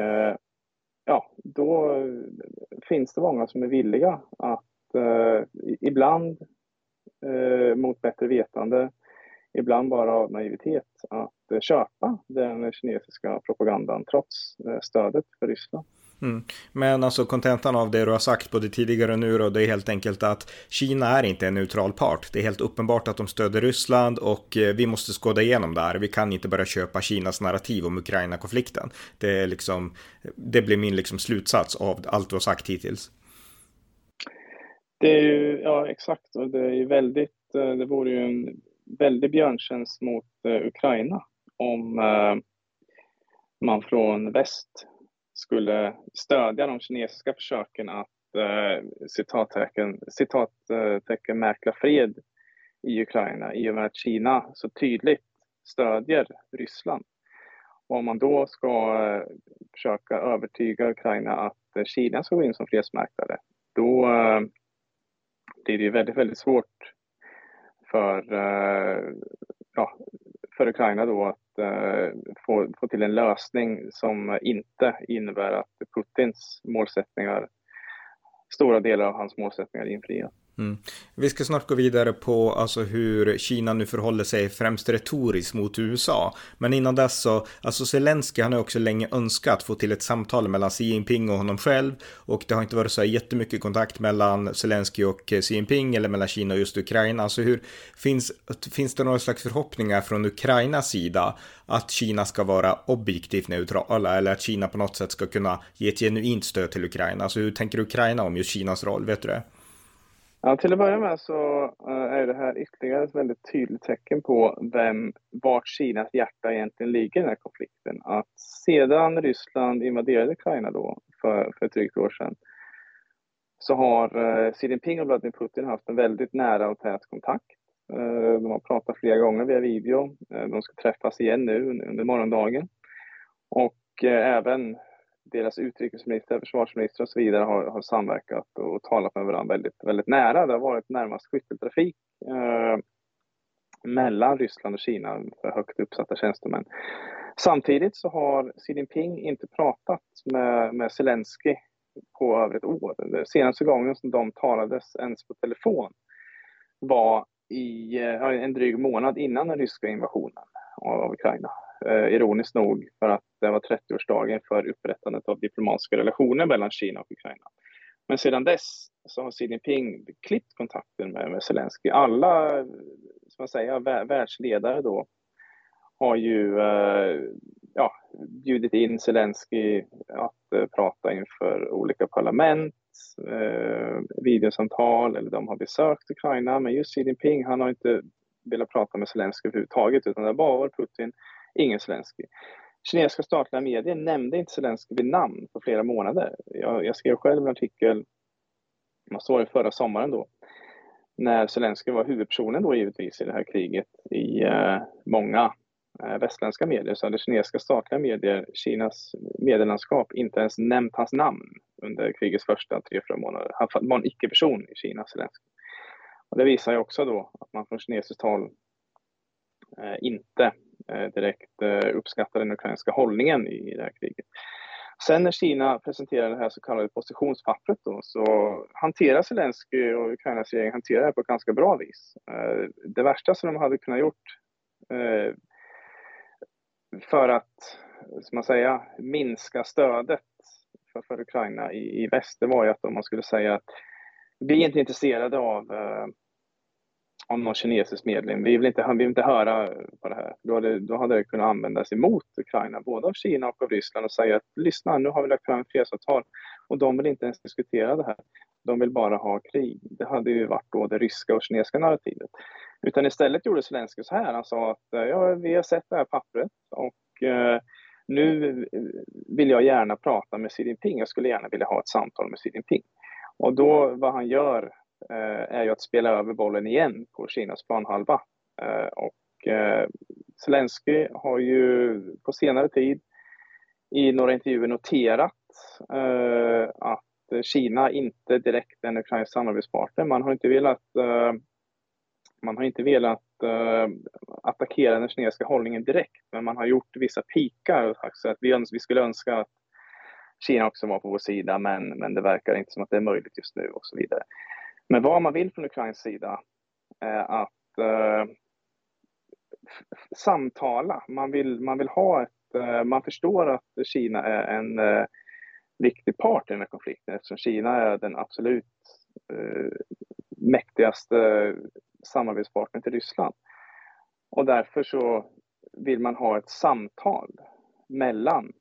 då finns det många som är villiga att ibland mot bättre vetande, ibland bara av naivitet, att köpa den kinesiska propagandan trots stödet för Ryssland. Men alltså kontentan av det du har sagt både tidigare och nu då, det är helt enkelt att Kina är inte en neutral part. Det är helt uppenbart att de stöder Ryssland och vi måste skåda igenom det här. Vi kan inte bara köpa Kinas narrativ om Ukraina-konflikten. Det blir min slutsats av allt du har sagt hittills. Det är ju, exakt, och det är ju det vore ju en väldig björntjänst mot Ukraina om man från väst skulle stödja de kinesiska försöken att citattecken mäkla fred i Ukraina i och med att Kina så tydligt stödjer Ryssland. Och om man då ska försöka övertyga Ukraina att Kina ska gå in som fredsmäklare, då blir det väldigt, väldigt svårt för Ukraina då att få till en lösning som inte innebär att Putins målsättningar, stora delar av hans målsättningar infrias. Vi ska snart gå vidare på hur Kina nu förhåller sig främst retoriskt mot USA. Men innan dess så, Zelensky han har också länge önskat få till ett samtal mellan Xi Jinping och honom själv. Och det har inte varit så jättemycket kontakt mellan Zelensky och Xi Jinping eller mellan Kina och just Ukraina. Så finns det några slags förhoppningar från Ukrainas sida att Kina ska vara objektivt neutrala eller att Kina på något sätt ska kunna ge ett genuint stöd till Ukraina? Så hur tänker Ukraina om just Kinas roll, vet du det? Ja, till att börja med så är det här ytterligare ett väldigt tydligt tecken på vart Kinas hjärta egentligen ligger i den här konflikten. Att sedan Ryssland invaderade Ukraina då för ett drygt år sedan, så har Xi Jinping och Vladimir Putin haft en väldigt nära och tät kontakt. De har pratat flera gånger via video. De ska träffas igen nu under morgondagen. Och även deras utrikesminister, försvarsminister och så vidare har samverkat och talat med varandra väldigt, väldigt nära. Det har varit närmast skytteltrafik mellan Ryssland och Kina för högt uppsatta tjänstemän. Samtidigt så har Xi Jinping inte pratat med Zelensky på över ett år. Den senaste gången som de talades ens på telefon var i en dryg månad innan den ryska invasionen av Ukraina. Ironiskt nog, för att det var 30-årsdagen för upprättandet av diplomatiska relationer mellan Kina och Ukraina. Men sedan dess så har Xi Jinping klippt kontakten med Zelensky. Alla, som man säger, världsledare då har ju bjudit in Zelensky att prata inför olika parlament, videosamtal, eller de har besökt Ukraina. Men just Xi Jinping, han har inte velat prata med Zelensky överhuvudtaget, utan det har bara varit Putin, ingen Zelensky. Kinesiska statliga medier nämnde inte Zelensky vid namn på flera månader. Jag skrev själv en artikel, så var det förra sommaren då, när Zelensky var huvudpersonen då givetvis i det här kriget i många västländska medier, så hade kinesiska statliga medier, Kinas medielandskap, inte ens nämnt hans namn under krigets första 3-4 månader. Han var en icke-person i Kina, Zelensky. Och det visar ju också då att man från kinesiskt håll inte direkt uppskattar den ukrainska hållningen i det här kriget. Sen när Kina presenterade det här så kallade positionspappret då, så hanterar Zelensky och Ukrainas regering hanterar det på ett ganska bra vis. Det värsta som de hade kunnat gjort för att, som man säger, minska stödet för Ukraina i väst, det var ju att om man skulle säga att vi är inte intresserade av någon kinesisk medlem. Vi vill inte höra på det här. Då hade det kunnat användas emot Ukraina, både av Kina och av Ryssland, och säga att lyssna, nu har vi lagt fram ett fredsavtal och de vill inte ens diskutera det här. De vill bara ha krig. Det hade ju varit då det ryska och kinesiska narrativet. Utan istället gjorde Zelensky så här. Han sa att vi har sett det här pappret och nu vill jag gärna prata med Xi Jinping. Jag skulle gärna vilja ha ett samtal med Xi Jinping. Och då vad han gör är ju att spela över bollen igen på Kinas planhalva. Zelensky har ju på senare tid i några intervjuer noterat att Kina inte direkt är en ukrainsk samarbetspartner. Man har inte velat attackera den kinesiska hållningen direkt, men man har gjort vissa pikar. Så att vi skulle önska att Kina också var på vår sida, men det verkar inte som att det är möjligt just nu och så vidare. Men vad man vill från Ukrains sida är att samtala. Man vill ha man förstår att Kina är en viktig part i den här konflikten, eftersom Kina är den absolut mäktigaste samarbetspartnern till Ryssland. Och därför så vill man ha ett samtal mellan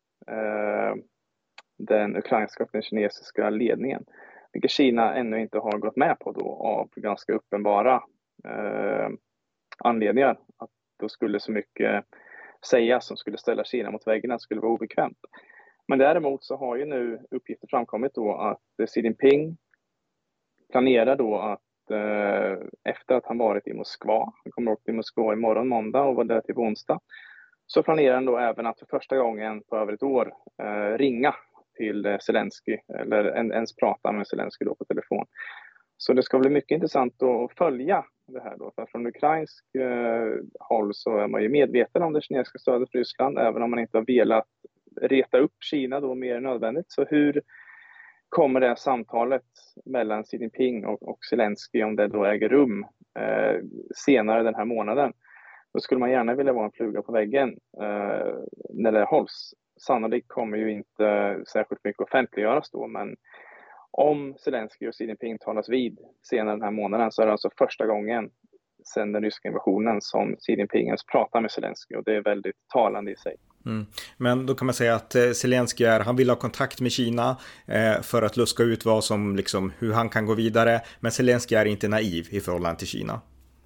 den ukrainska och den kinesiska ledningen, vilket Kina ännu inte har gått med på då, av ganska uppenbara anledningar. Att då skulle så mycket sägas som skulle ställa Kina mot väggen, att skulle vara obekvämt. Men däremot så har ju nu uppgifter framkommit då att Xi Jinping planerar då att efter att han varit i Moskva, han kommer åka till Moskva imorgon måndag och var där till onsdag, så planerar han då även att för första gången på över ett år ringa till Zelensky, eller ens prata med Zelensky då på telefon. Så det ska bli mycket intressant att följa det här då. För från ukrainsk håll så är man ju medveten om det kinesiska stödet för Ryssland, även om man inte har velat reta upp Kina då mer än nödvändigt. Så hur kommer det här samtalet mellan Xi Jinping och Zelensky, om det då äger rum senare den här månaden? Då skulle man gärna vilja vara en fluga på väggen när det hålls. Sannolikt kommer ju inte särskilt mycket offentliggöras då, men om Zelensky och Xi Jinping talas vid senare den här månaden så är det alltså första gången sedan den ryska invasionen som Xi Jinping ens pratar med Zelenskyj, och det är väldigt talande i sig. Men då kan man säga att Zelenskyj han vill ha kontakt med Kina för att luska ut vad som, liksom, hur han kan gå vidare, men Zelenskyj är inte naiv i förhållande till Kina.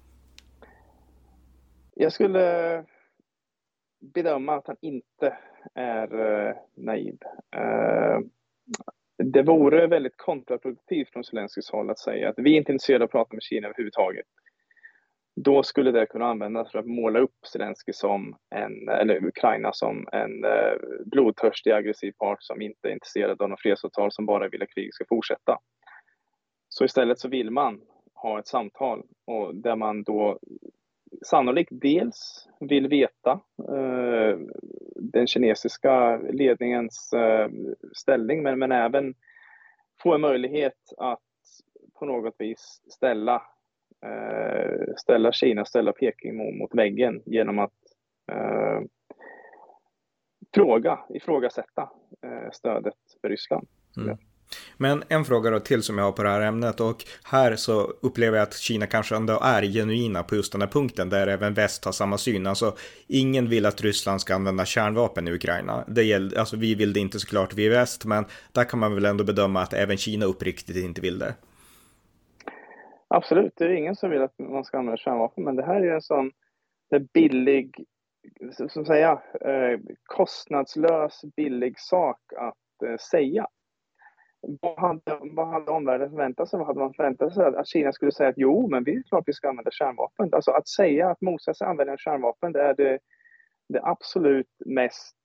Jag skulle bedöma att han inte är naiv. Det vore väldigt kontraproduktivt från Zelenskyjs håll att säga att vi är inte intresserade av att prata med Kina överhuvudtaget. Då skulle det kunna användas för att måla upp Zelenskyj eller Ukraina som en blodtörstig, aggressiv part som inte är intresserad av något fredsavtal, som bara vill att kriget ska fortsätta. Så istället så vill man ha ett samtal, och där man då sannolikt dels vill veta den kinesiska ledningens ställning, men även få en möjlighet att på något vis ställa Kina, ställa Peking mot väggen genom att ifrågasätta stödet för Ryssland. Men en fråga då till som jag har på det här ämnet, och här så upplever jag att Kina kanske ändå är genuina på just den här punkten, där även väst har samma syn. Alltså ingen vill att Ryssland ska använda kärnvapen i Ukraina. Alltså vi vill det inte såklart, vi är väst, men där kan man väl ändå bedöma att även Kina uppriktigt inte vill det. Absolut, det är ingen som vill att man ska använda kärnvapen, men det här är en sån billig, som säga, kostnadslös, billig sak att säga. Vad hade omvärlden förväntat sig? Vad hade man förväntat sig? Att Kina skulle säga att jo, men vi är klart vi ska använda kärnvapen. Alltså att säga att motsätta sig användning av kärnvapen, det är det absolut mest,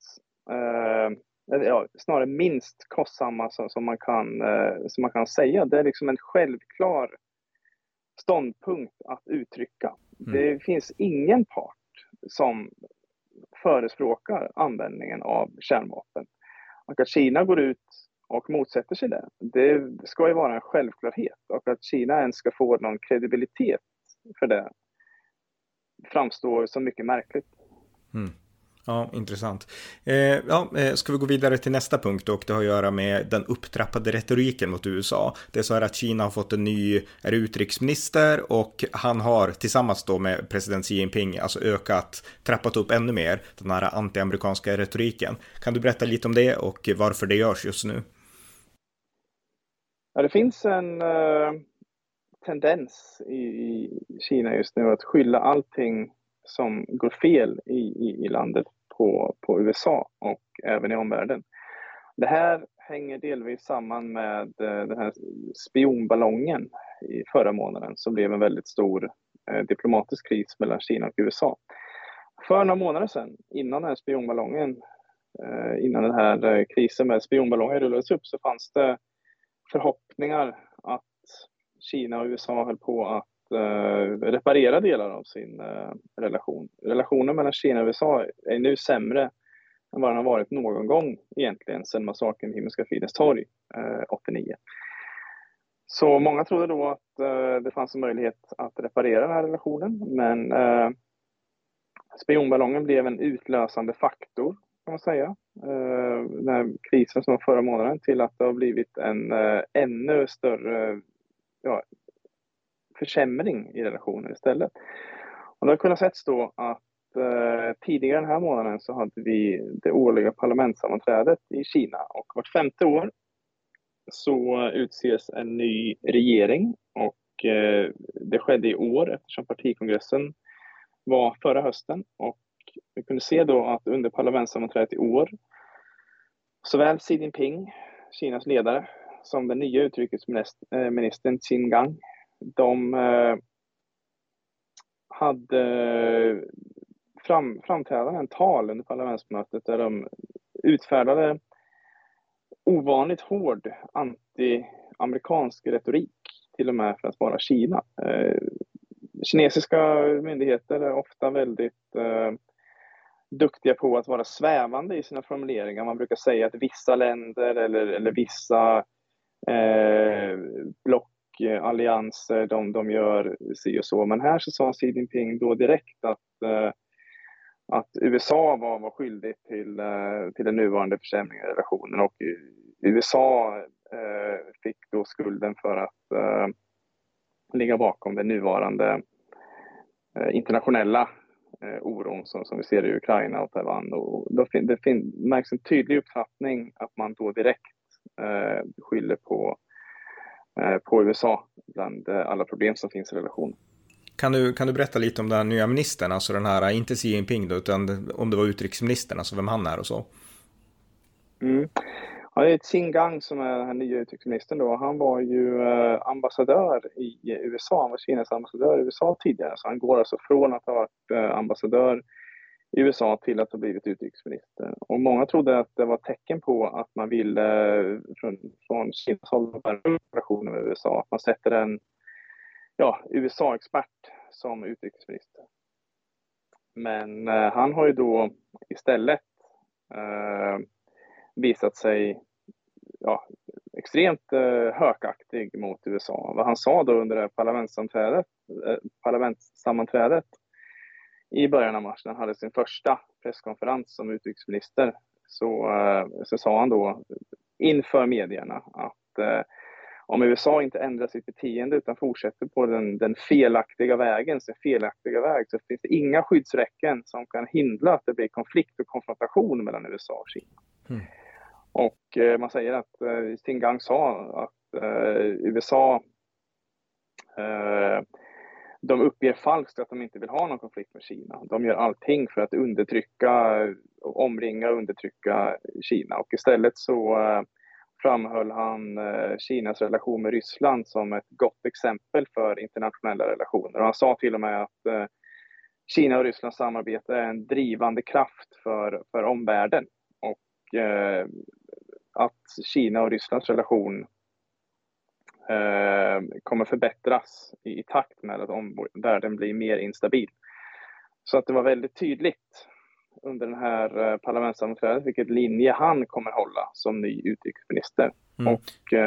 snarare minst kostsamma som man kan säga. Det är liksom en självklar ståndpunkt att uttrycka. Det finns ingen part som förespråkar användningen av kärnvapen. Och att Kina går ut och motsätter sig det ska ju vara en självklarhet. Och att Kina ens ska få någon kredibilitet för det framstår som mycket märkligt. Ja, intressant. Ska vi gå vidare till nästa punkt, och det har att göra med den upptrappade retoriken mot USA. Det är så här att Kina har fått en ny utrikesminister, och han har tillsammans då med president Xi Jinping alltså trappat upp ännu mer den här anti-amerikanska retoriken. Kan du berätta lite om det och varför det görs just nu? Ja, det finns en tendens i Kina just nu att skylla allting som går fel i landet på USA och även i omvärlden. Det här hänger delvis samman med den här spionballongen i förra månaden, som blev en väldigt stor diplomatisk kris mellan Kina och USA. För några månader sedan, innan den här krisen med spionballongen rullades upp, så fanns det förhoppningar att Kina och USA höll på att reparera delar av sin relation. Relationen mellan Kina och USA är nu sämre än vad den har varit någon gång egentligen sedan massakern i Himmelska fridens torg 89. Så många trodde då att det fanns en möjlighet att reparera den här relationen, men spionballongen blev en utlösande faktor, kan man säga. Den här krisen som var förra månaden, till att det har blivit en ännu större försämring i relationen istället. Och det har kunnat setts då att tidigare den här månaden så hade vi det årliga parlamentssammanträdet i Kina, och vart 5:e år så utses en ny regering, och det skedde i år eftersom partikongressen var förra hösten, och vi kunde se då att under parlamentssammanträdet i år såväl Xi Jinping, Kinas ledare, som den nya utrikesministern Qin Gang, de hade framträdanden, tal under parlamentsmötet där de utfärdade ovanligt hård anti-amerikansk retorik, till och med för att vara Kina. Kinesiska myndigheter är ofta väldigt duktiga på att vara svävande i sina formuleringar. Man brukar säga att vissa länder eller vissa blockallianser, de gör si och så. Men här så sa Xi Jinping då direkt att USA var skyldig till den nuvarande försämringen i relationen, och USA fick då skulden för att ligga bakom den nuvarande internationella oron som vi ser i Ukraina och Taiwan. Och märks en tydlig uppfattning att man då direkt skyller på USA bland alla problem som finns i relationen. Kan du berätta lite om den nya ministern, alltså den här, inte Xi Jinping då, utan om det var utrikesministern, alltså vem han är och så? Ja, det är Qin Gang som är den här nya utrikesministern då. Han var ju ambassadör i USA, han var Kinas ambassadör i USA tidigare, så han går alltså från att ha varit ambassadör i USA till att ha blivit utrikesminister. Och många trodde att det var ett tecken på att man ville från Kinas håll börja relationer med USA, att man sätter en USA-expert som utrikesminister. Men han har ju då istället visat sig extremt hökaktig mot USA. Vad han sa då under det här parlamentssammanträdet i början av mars, när han hade sin första presskonferens som utrikesminister, så sa han då inför medierna att om USA inte ändrar sitt beteende utan fortsätter på den felaktiga vägen, så finns det inga skyddsräcken som kan hindra att det blir konflikt och konfrontation mellan USA och Kina. Och man säger att Qin Gang sa att USA de uppger falskt att de inte vill ha någon konflikt med Kina. De gör allting för att omringa och undertrycka Kina. Och istället så framhöll han Kinas relation med Ryssland som ett gott exempel för internationella relationer. Och han sa till och med att Kina och Rysslands samarbete är en drivande kraft för omvärlden. Och att Kina och Rysslands relation kommer förbättras i takt med att omvärlden blir mer instabil. Så att det var väldigt tydligt under den här parlamentssammanträdet vilket linje han kommer hålla som ny utrikesminister. Och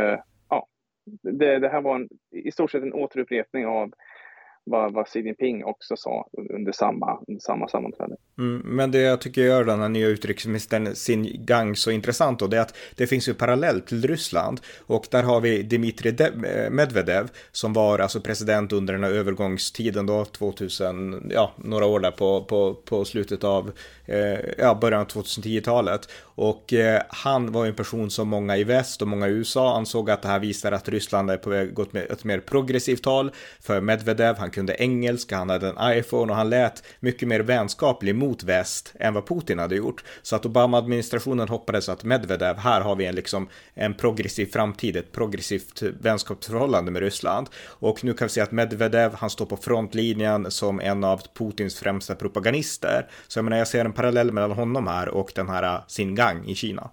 det här var i stort sett en återupprepning av vad Xi Jinping också sa under samma sammanträde. Men det jag tycker gör den här nya utrikesministern Qin Gang så intressant då, det är att det finns ju parallellt till Ryssland, och där har vi Dmitrij Medvedev som var alltså president under den här övergångstiden då 2000, några år där på slutet av början av 2010-talet, och han var ju en person som många i väst och många i USA ansåg att det här visar att Ryssland är på väg gått med ett mer progressivt håll. För Medvedev, han kunde engelska, han hade en iPhone och han lät mycket mer vänskaplig mot väst än vad Putin hade gjort. Så att Obama-administrationen hoppades att Medvedev, här har vi en progressiv framtid, ett progressivt vänskapsförhållande med Ryssland. Och nu kan vi se att Medvedev, han står på frontlinjen som en av Putins främsta propagandister. Så jag menar, jag ser en parallell mellan honom här och den här Qin Gang i Kina.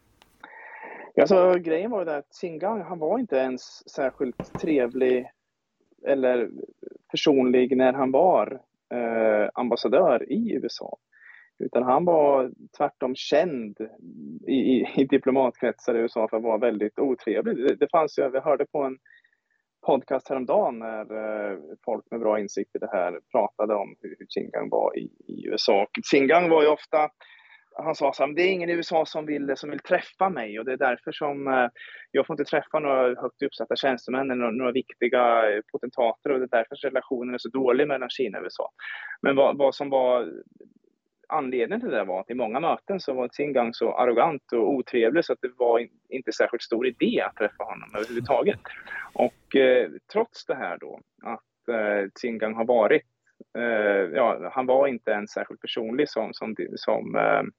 Alltså, grejen var ju att Qin Gang, han var inte ens särskilt trevlig eller personlig när han var ambassadör i USA. Utan han var tvärtom känd i diplomatkretsar i USA för att vara väldigt otrevlig. Det fanns ju, vi hörde på en podcast häromdagen när folk med bra insikt i det här pratade om hur Qin Gang var i USA. Och Qin Gang var ju ofta, han sa så här, det är ingen i USA som vill träffa mig, och det är därför som jag får inte träffa några högt uppsatta tjänstemän eller några viktiga potentater, och det är därför relationen är så dålig mellan Kina och USA. Men vad som var anledningen till det var att i många möten så var Qin Gang så arrogant och otrevlig så att det var inte särskilt stor idé att träffa honom överhuvudtaget. Och trots det här då, att Qin Gang har varit, han var inte en särskilt personlig som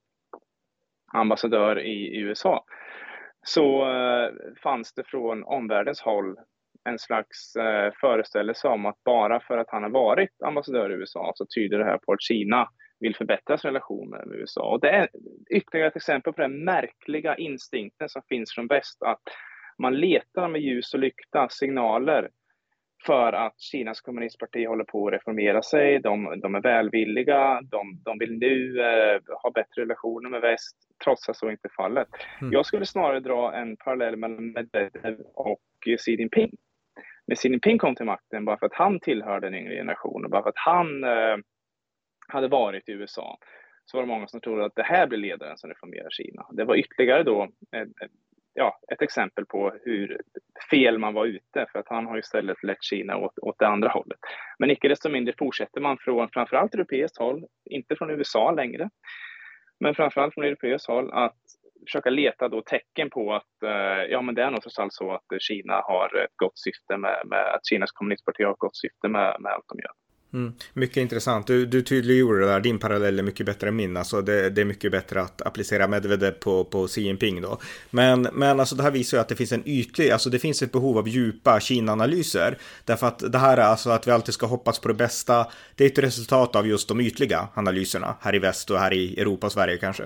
ambassadör i USA, så fanns det från omvärldens håll en slags föreställelse om att bara för att han har varit ambassadör i USA så tyder det här på att Kina vill förbättra sin relation med USA. Och det är ytterligare ett exempel på den märkliga instinkten som finns från väst, att man letar med ljus och lykta signaler för att Kinas kommunistparti håller på att reformera sig. De är välvilliga, de vill nu ha bättre relationer med väst, trots att så inte är fallet. Jag skulle snarare dra en parallell mellan Medvedev och Xi Jinping. När Xi Jinping kom till makten, bara för att han tillhörde den yngre generationen, bara för att han hade varit i USA, så var det många som trodde att det här blir ledaren som reformerar Kina. Det var ytterligare då ett exempel på hur fel man var ute, för att han har istället lett Kina åt det andra hållet. Men icke desto mindre fortsätter man från framförallt europeiskt håll, inte från USA längre, men framförallt från europeiskt håll, att försöka leta då tecken på att men det är nog trots allt så att Kina har ett gott syfte med att Kinas kommunistparti har ett gott syfte med allt de gör. Mycket intressant. Du tydliggjorde det där. Din parallell är mycket bättre än min. Alltså det är mycket bättre att applicera Medvedev på Xi Jinping då. Men alltså det här visar ju att det finns en ytlig, alltså det finns ett behov av djupa Kina-analyser. Därför att det här är alltså att vi alltid ska hoppas på det bästa. Det är ett resultat av just de ytliga analyserna här i väst och här i Europa och Sverige kanske.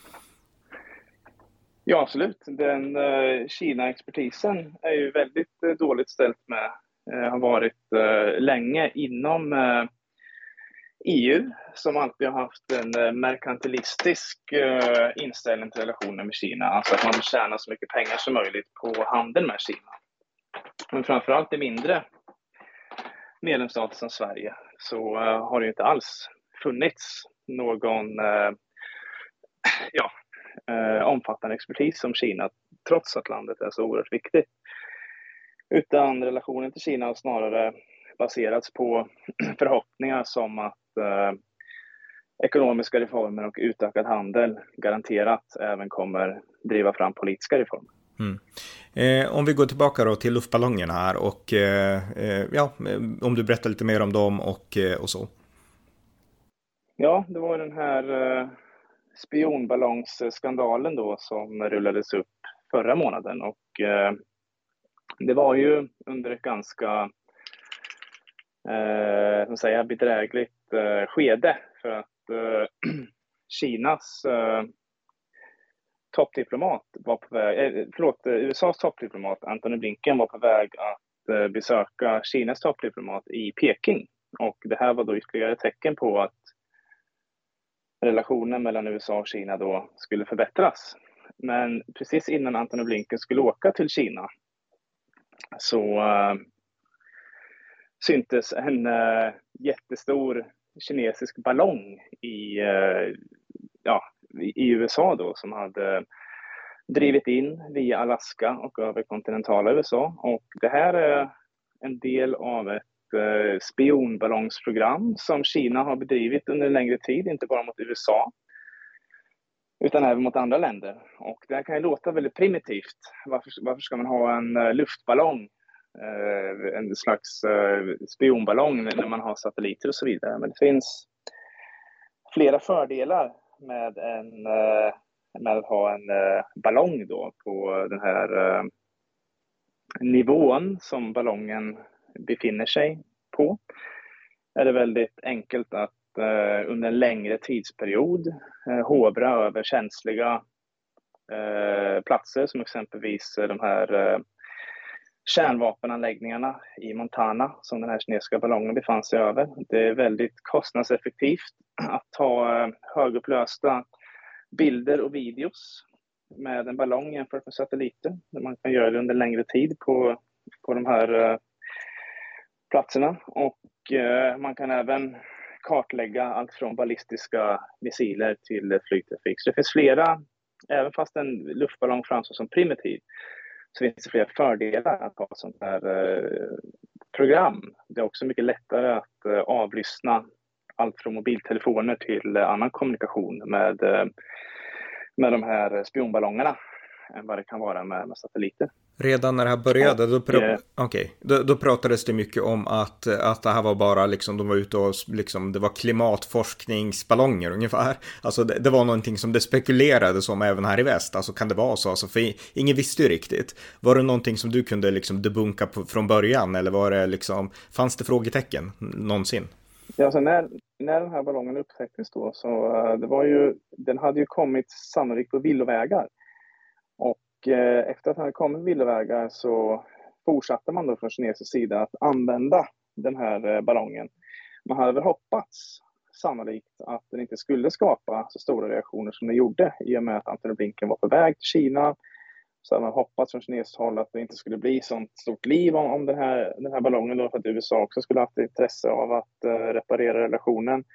Ja, absolut. Den Kina-expertisen är ju väldigt dåligt ställt med. Har varit länge inom EU, som alltid har haft en merkantilistisk inställning till relationen med Kina. Alltså att man vill tjäna så mycket pengar som möjligt på handel med Kina. Men framförallt i mindre medlemsstater som Sverige så har det ju inte alls funnits någon omfattande expertis som Kina, trots att landet är så oerhört viktigt. Utan relationen till Kina har snarare baserats på förhoppningar som att ekonomiska reformer och utökad handel garanterat även kommer driva fram politiska reformer. Om vi går tillbaka då till luftballongerna här och om du berättar lite mer om dem och så. Ja, det var den här spionballongsskandalen då som rullades upp förra månaden, och det var ju under ett ganska bedrägligt skede, för att Kinas toppdiplomat var på väg, USAs toppdiplomat Antony Blinken var på väg att besöka Kinas toppdiplomat i Peking, och det här var då ytterligare tecken på att relationen mellan USA och Kina då skulle förbättras. Men precis innan Antony Blinken skulle åka till Kina så syntes en jättestor kinesisk ballong i USA då, som hade drivit in via Alaska och över kontinentala USA. Och det här är en del av ett spionballongsprogram som Kina har bedrivit under en längre tid, inte bara mot USA utan även mot andra länder. Och det här kan ju låta väldigt primitivt. Varför ska man ha en luftballong, en slags spionballong när man har satelliter och så vidare? Men det finns flera fördelar med att ha en ballong då på den här nivån som ballongen befinner sig på. Är det väldigt enkelt att under en längre tidsperiod hovra över känsliga platser, som exempelvis de här kärnvapenanläggningarna i Montana som den här kinesiska ballongen befann sig över. Det är väldigt kostnadseffektivt att ta högupplösta bilder och videos med en ballong jämfört med satelliter. Man kan göra det under längre tid på de här platserna, och man kan även kartlägga allt från ballistiska missiler till flygtrafik. Så det finns flera, även fast en luftballong framstår som primitiv, så finns det flera fördelar att ha sånt här program. Det är också mycket lättare att avlyssna allt från mobiltelefoner till annan kommunikation med de här spionballongerna än vad det kan vara med satelliter. Redan när det här började, då pratades det mycket om att det här var bara liksom, de var ute och liksom, det var klimatforskningsballonger ungefär. Alltså det var någonting som det spekulerades om även här i väst. Alltså kan det vara så? Alltså, för ingen visste ju riktigt. Var det någonting som du kunde liksom debunka från början, eller var det liksom, fanns det frågetecken någonsin? Ja, alltså när den här ballongen upptäcktes då, så den hade ju kommit sannolikt på villovägar. Och efter att den hade kommit på villovägar så fortsatte man då från kinesisk sida att använda den här ballongen. Man hade väl hoppats sannolikt att den inte skulle skapa så stora reaktioner som den gjorde, i och med att Antony Blinken var på väg till Kina. Så hade man hoppats från kinesiskt håll att det inte skulle bli sånt stort liv om den här ballongen då, för att USA också skulle ha haft intresse av att reparera relationen.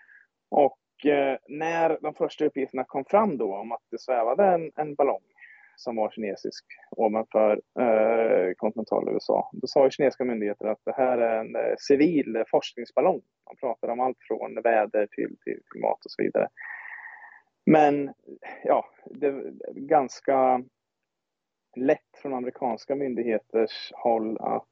Och när de första uppgifterna kom fram då om att det svävade en ballong som var kinesisk ovanför kontinentala USA. Då sa ju kinesiska myndigheter att det här är en civil forskningsballong. Man pratar om allt från väder till klimat och så vidare. Men ja, det är ganska lätt från amerikanska myndigheters håll att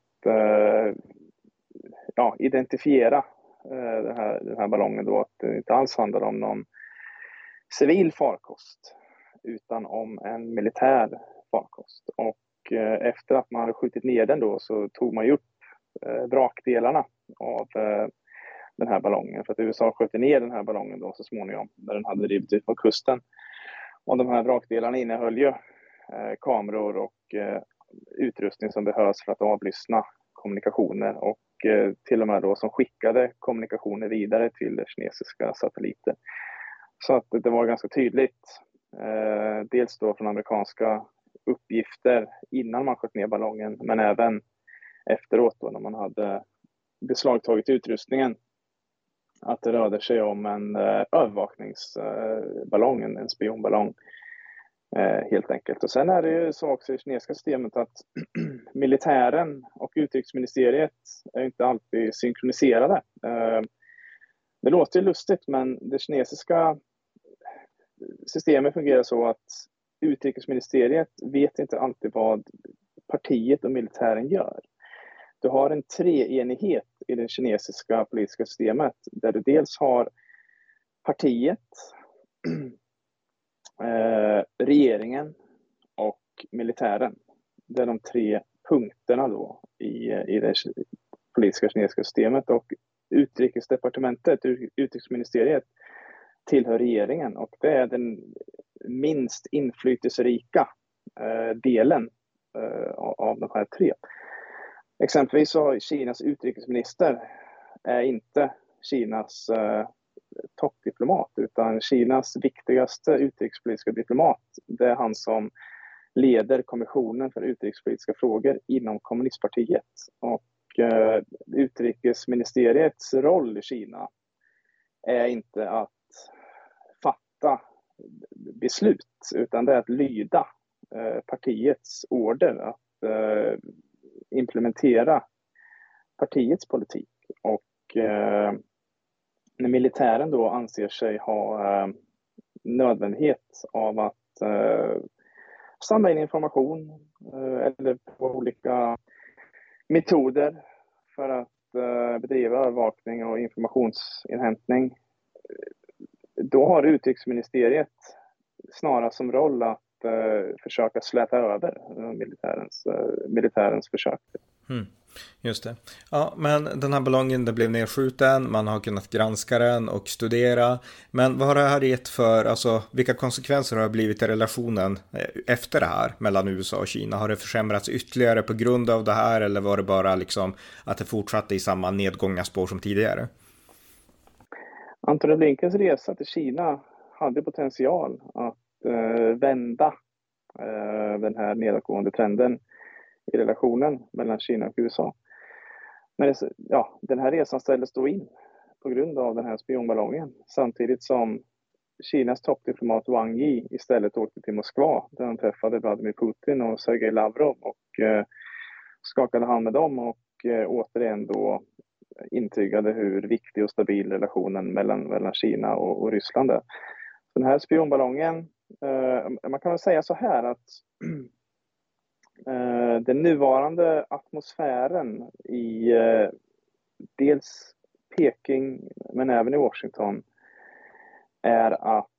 identifiera den här ballongen då, att det inte alls handlar om någon civil farkost utan om en militär farkost. Och efter att man hade skjutit ner den då så tog man ju upp vrakdelarna av den här ballongen, för att USA sköt ner den här ballongen då så småningom när den hade drivit ut på kusten. Och de här vrakdelarna innehöll ju kameror och utrustning som behövs för att avlyssna kommunikationer och till och med då som skickade kommunikationer vidare till kinesiska satelliter. Så att det var ganska tydligt, dels då från amerikanska uppgifter innan man sköt ner ballongen, men även efteråt då när man hade beslagtagit utrustningen, att det rörde sig om en övervakningsballong, en spionballong helt enkelt. Och sen är det ju så också i kinesiska systemet att militären och utrikesministeriet är inte alltid synkroniserade. Det låter ju lustigt, men det kinesiska systemet fungerar så att utrikesministeriet vet inte alltid vad partiet och militären gör. Du har en treenighet i det kinesiska politiska systemet där du dels har partiet, regeringen och militären. Det är de tre punkterna då i det politiska kinesiska systemet, och utrikesdepartementet, utrikesministeriet, tillhör regeringen och det är den minst inflytelserika delen av de här tre. Exempelvis så har Kinas utrikesminister är inte Kinas toppdiplomat, utan Kinas viktigaste utrikespolitiska diplomat, det är han som leder kommissionen för utrikespolitiska frågor inom kommunistpartiet. Och utrikesministeriets roll i Kina är inte att fatta beslut, utan det är att lyda partiets order, att implementera partiets politik. Och när militären då anser sig ha nödvändighet av att samla in information eller på olika metoder för att bedriva övervakning och informationsinhämtning, då har utrikesministeriet snarast som roll att försöka släta över militärens försök. Just det. Ja, men den här ballongen, den blev nedskjuten, man har kunnat granska den och studera. Men vad har det här gett för, alltså vilka konsekvenser har det blivit i relationen efter det här mellan USA och Kina? Har det försämrats ytterligare på grund av det här, eller var det bara liksom att det fortsatte i samma nedgångna spår som tidigare? Antony Blinkens resa till Kina hade potential att vända den här nedåtgående trenden i relationen mellan Kina och USA. Men den här resan ställdes då in på grund av den här spionballongen, samtidigt som Kinas toppdiplomat Wang Yi istället åkte till Moskva där han träffade Vladimir Putin och Sergej Lavrov och skakade hand med dem och återigen då intygade hur viktig och stabil relationen mellan Kina och Ryssland är. Den här spionballongen, man kan väl säga så här att den nuvarande atmosfären i dels Peking men även i Washington är att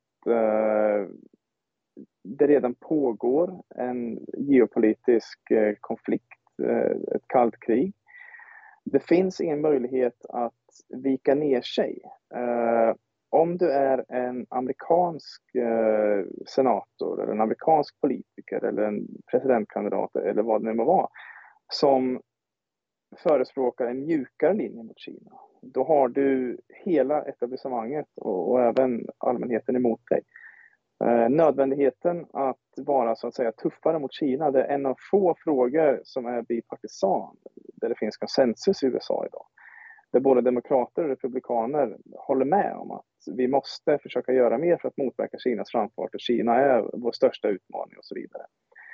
det redan pågår en geopolitisk konflikt, ett kallt krig. Det finns ingen möjlighet att vika ner sig. Om du är en amerikansk senator eller en amerikansk politiker eller en presidentkandidat eller vad det nu må vara som förespråkar en mjukare linje mot Kina, då har du hela etablissemanget och även allmänheten emot dig. Nödvändigheten att vara så att säga tuffare mot Kina, det är en av få frågor som är bipartisan, där det finns konsensus i USA idag. Där både demokrater och republikaner håller med om att vi måste försöka göra mer för att motverka Kinas framfart. Och Kina är vår största utmaning och så vidare.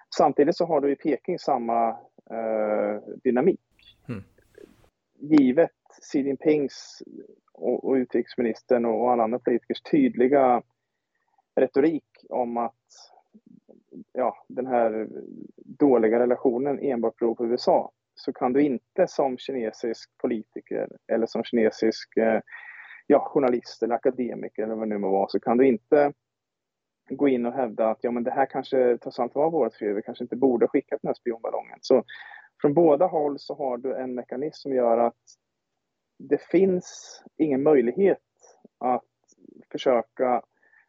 Samtidigt så har du i Peking samma dynamik. Givet Xi Jinpings och utrikesministern och alla andra politikers tydliga retorik om att den här dåliga relationen enbart beror på USA, så kan du inte som kinesisk politiker eller som kinesisk journalist eller akademiker eller vad det nu må vara, så kan du inte gå in och hävda att men det här kanske trots allt var vårt fel, vi kanske inte borde ha skickat den här spionballongen. Så från båda håll så har du en mekanism som gör att det finns ingen möjlighet att försöka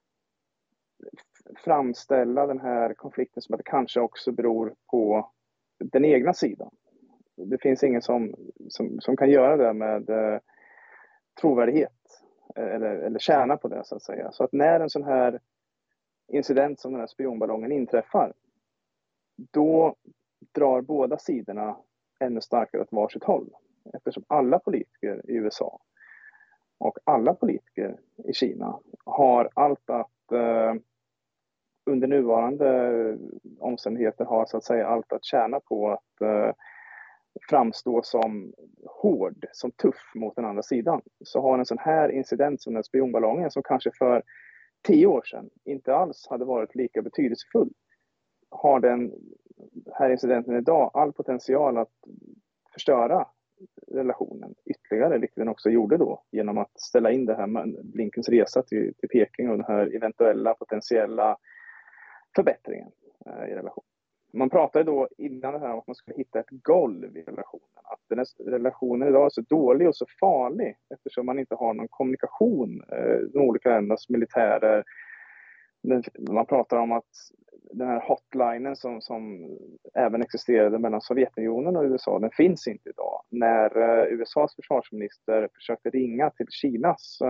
framställa den här konflikten som att det kanske också beror på den egna sidan. Det finns ingen som kan göra det med trovärdighet eller tjäna på det, så att säga. Så att när en sån här incident som den här spionballongen inträffar, då drar båda sidorna ännu starkare åt varsitt håll. Eftersom alla politiker i USA och alla politiker i Kina har allt att under nuvarande omständigheter har så att säga allt att tjäna på att framstå som hård, som tuff mot den andra sidan. Så har en sån här incident som den spionballongen, som kanske för 10 år sedan inte alls hade varit lika betydelsefull, har den här incidenten idag all potential att förstöra relationen ytterligare, vilket den också gjorde då genom att ställa in det här Blinkens resa till Peking och den här eventuella potentiella förbättringen i relationen. Man pratade då innan det här om att man skulle hitta ett golv i relationen. Att den här relationen idag är så dålig och så farlig eftersom man inte har någon kommunikation de olika ländernas militärer. Man pratar om att den här hotlinen som även existerade mellan Sovjetunionen och USA, den finns inte idag. När USAs försvarsminister försökte ringa till Kinas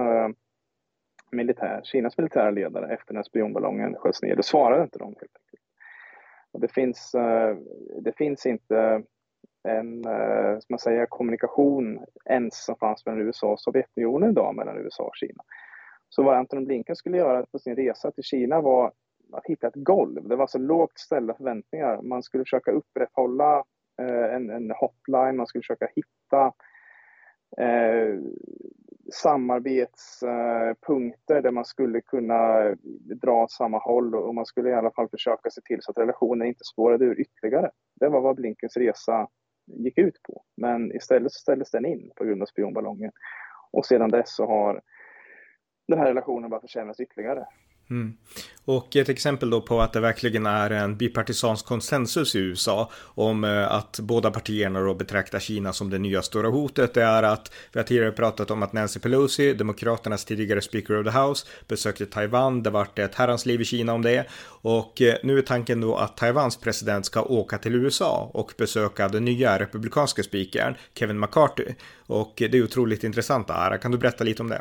militära ledare efter när spionballongen sköts ner, då svarade inte de helt enkelt. Och det finns inte en kommunikation ens som fanns mellan USA och Sovjetunionen idag, mellan USA och Kina. Så vad Antony Blinken skulle göra på sin resa till Kina var att hitta ett golv. Det var så lågt ställda förväntningar. Man skulle försöka upprätthålla en hotline, man skulle försöka hitta samarbetspunkter där man skulle kunna dra åt samma håll, och man skulle i alla fall försöka se till så att relationen inte spårade ur ytterligare. Det var vad Blinkens resa gick ut på. Men istället så ställdes den in på grund av spionballongen. Och sedan dess så har den här relationen bara försämrats ytterligare. Och ett exempel då på att det verkligen är en bipartisansk konsensus i USA om att båda partierna då betraktar Kina som det nya stora hotet, det är att vi har tidigare pratat om att Nancy Pelosi, demokraternas tidigare Speaker of the House, besökte Taiwan. Det vart ett herrans liv i Kina om det, och nu är tanken då att Taiwans president ska åka till USA och besöka den nya republikanska speakern Kevin McCarthy, och det är otroligt intressant här. Kan du berätta lite om det?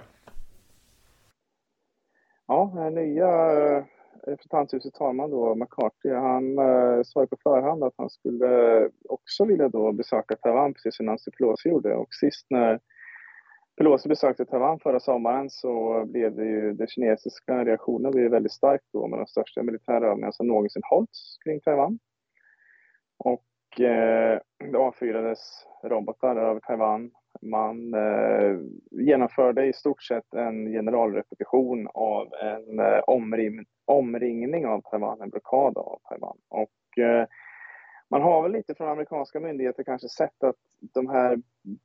Ja, den nya representanthusets talman då, McCarthy, han sa på förhand att han skulle också vilja då besöka Taiwan, precis som Nancy Pelosi gjorde. Och sist när Pelosi besökte Taiwan förra sommaren så blev det ju, den kinesiska reaktionen blev väldigt starkt då, med de största militära övningar som någonsin hållits kring Taiwan. Och det avfyrades robotar över Taiwan. Man genomförde i stort sett en generalrepetition av en omringning av Taiwan, en blockad av Taiwan. Och man har väl lite från amerikanska myndigheter kanske sett att det här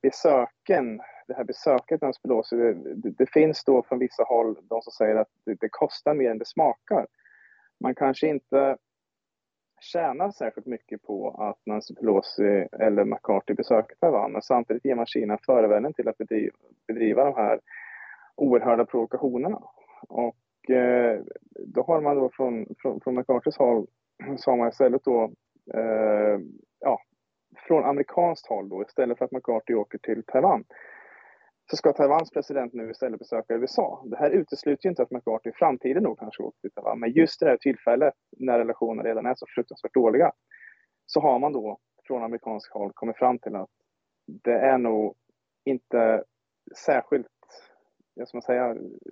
besöket av Pelosi, det finns då från vissa håll de som säger att det kostar mer än det smakar. Man kanske inte tjänar särskilt mycket på att Nancy Pelosi eller McCarthy besöker Taiwan, men samtidigt ger man Kina förevändning till att bedriva de här oerhörda provokationerna. Och då har man då från McCarthys håll, sa man istället då från amerikanskt håll då, istället för att McCarthy åker till Taiwan, så ska Taiwans president nu istället besöka USA. Det här utesluter ju inte att McCarthy i framtiden nog kanske åker till Taiwan, men just det här tillfället när relationerna redan är så fruktansvärt dåliga, så har man då från amerikansk håll kommit fram till att det är nog inte särskilt,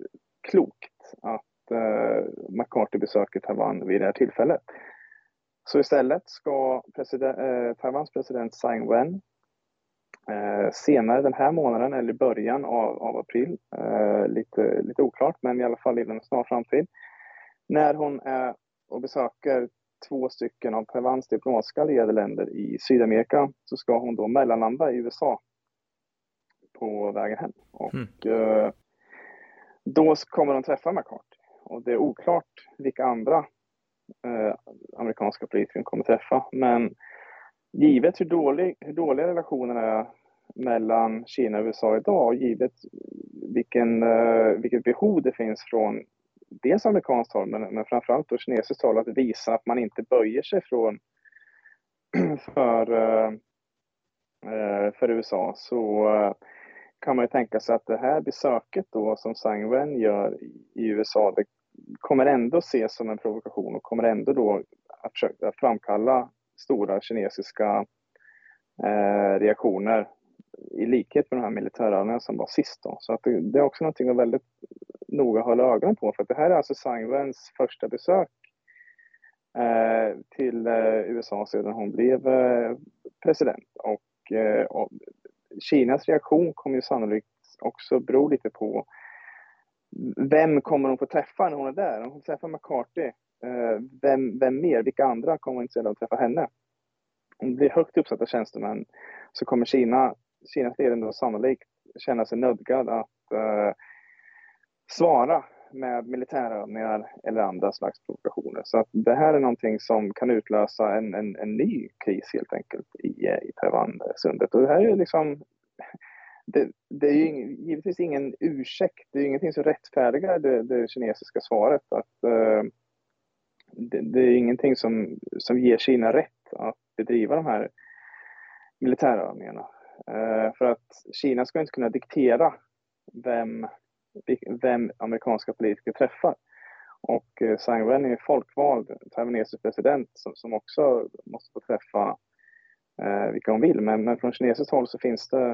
klokt att McCarthy besöker Taiwan vid det här tillfället. Så istället ska Taiwans president Tsai Ing-wen senare den här månaden eller i början av april, lite oklart, men i alla fall inom en snar framtid, när hon är och besöker 2 stycken av Taiwans diplomatiska allierade länder i Sydamerika, så ska hon då mellanlanda i USA på vägen hem. Och då kommer de träffa McCarthy. Och det är oklart vilka andra amerikanska politiker kommer träffa. Men givet hur dåliga relationerna är mellan Kina och USA idag, och givet vilket behov det finns från dels amerikanskt håll men framförallt då kinesiskt håll att visa att man inte böjer sig för USA, så kan man ju tänka sig att det här besöket då som Tsai Ing-wen gör i USA, det kommer ändå ses som en provokation och kommer ändå då att försöka framkalla stora kinesiska reaktioner i likhet med de här militärövningarna som var sist då. Så att det är också någonting att väldigt noga hålla ögonen på, för att det här är alltså Tsai Ing-wens första besök till USA sedan hon blev president. Och Kinas reaktion kommer ju sannolikt också bero lite på vem kommer hon få träffa när hon är där. Om hon träffar McCarthy, vem mer, vilka andra kommer inte att träffa henne? Om det blir högt uppsatta tjänstemän så kommer Kinas ledning då sannolikt känna sig nödgad att svara med militärövningar eller andra slags provokationer. Så att det här är någonting som kan utlösa en ny kris helt enkelt i Taiwan-sundet. Och det här är liksom, det är ju givetvis ingen ursäkt, det är ingenting som rättfärdigar det kinesiska svaret. Att det är ingenting som ger Kina rätt att bedriva de här militärövningarna. För att Kina ska inte kunna diktera vem amerikanska politiker träffar. Och Tsai Ing-wen är folkvald taiwanesisk president som också måste få träffa vilka hon vill. Men från kinesiskt håll så finns det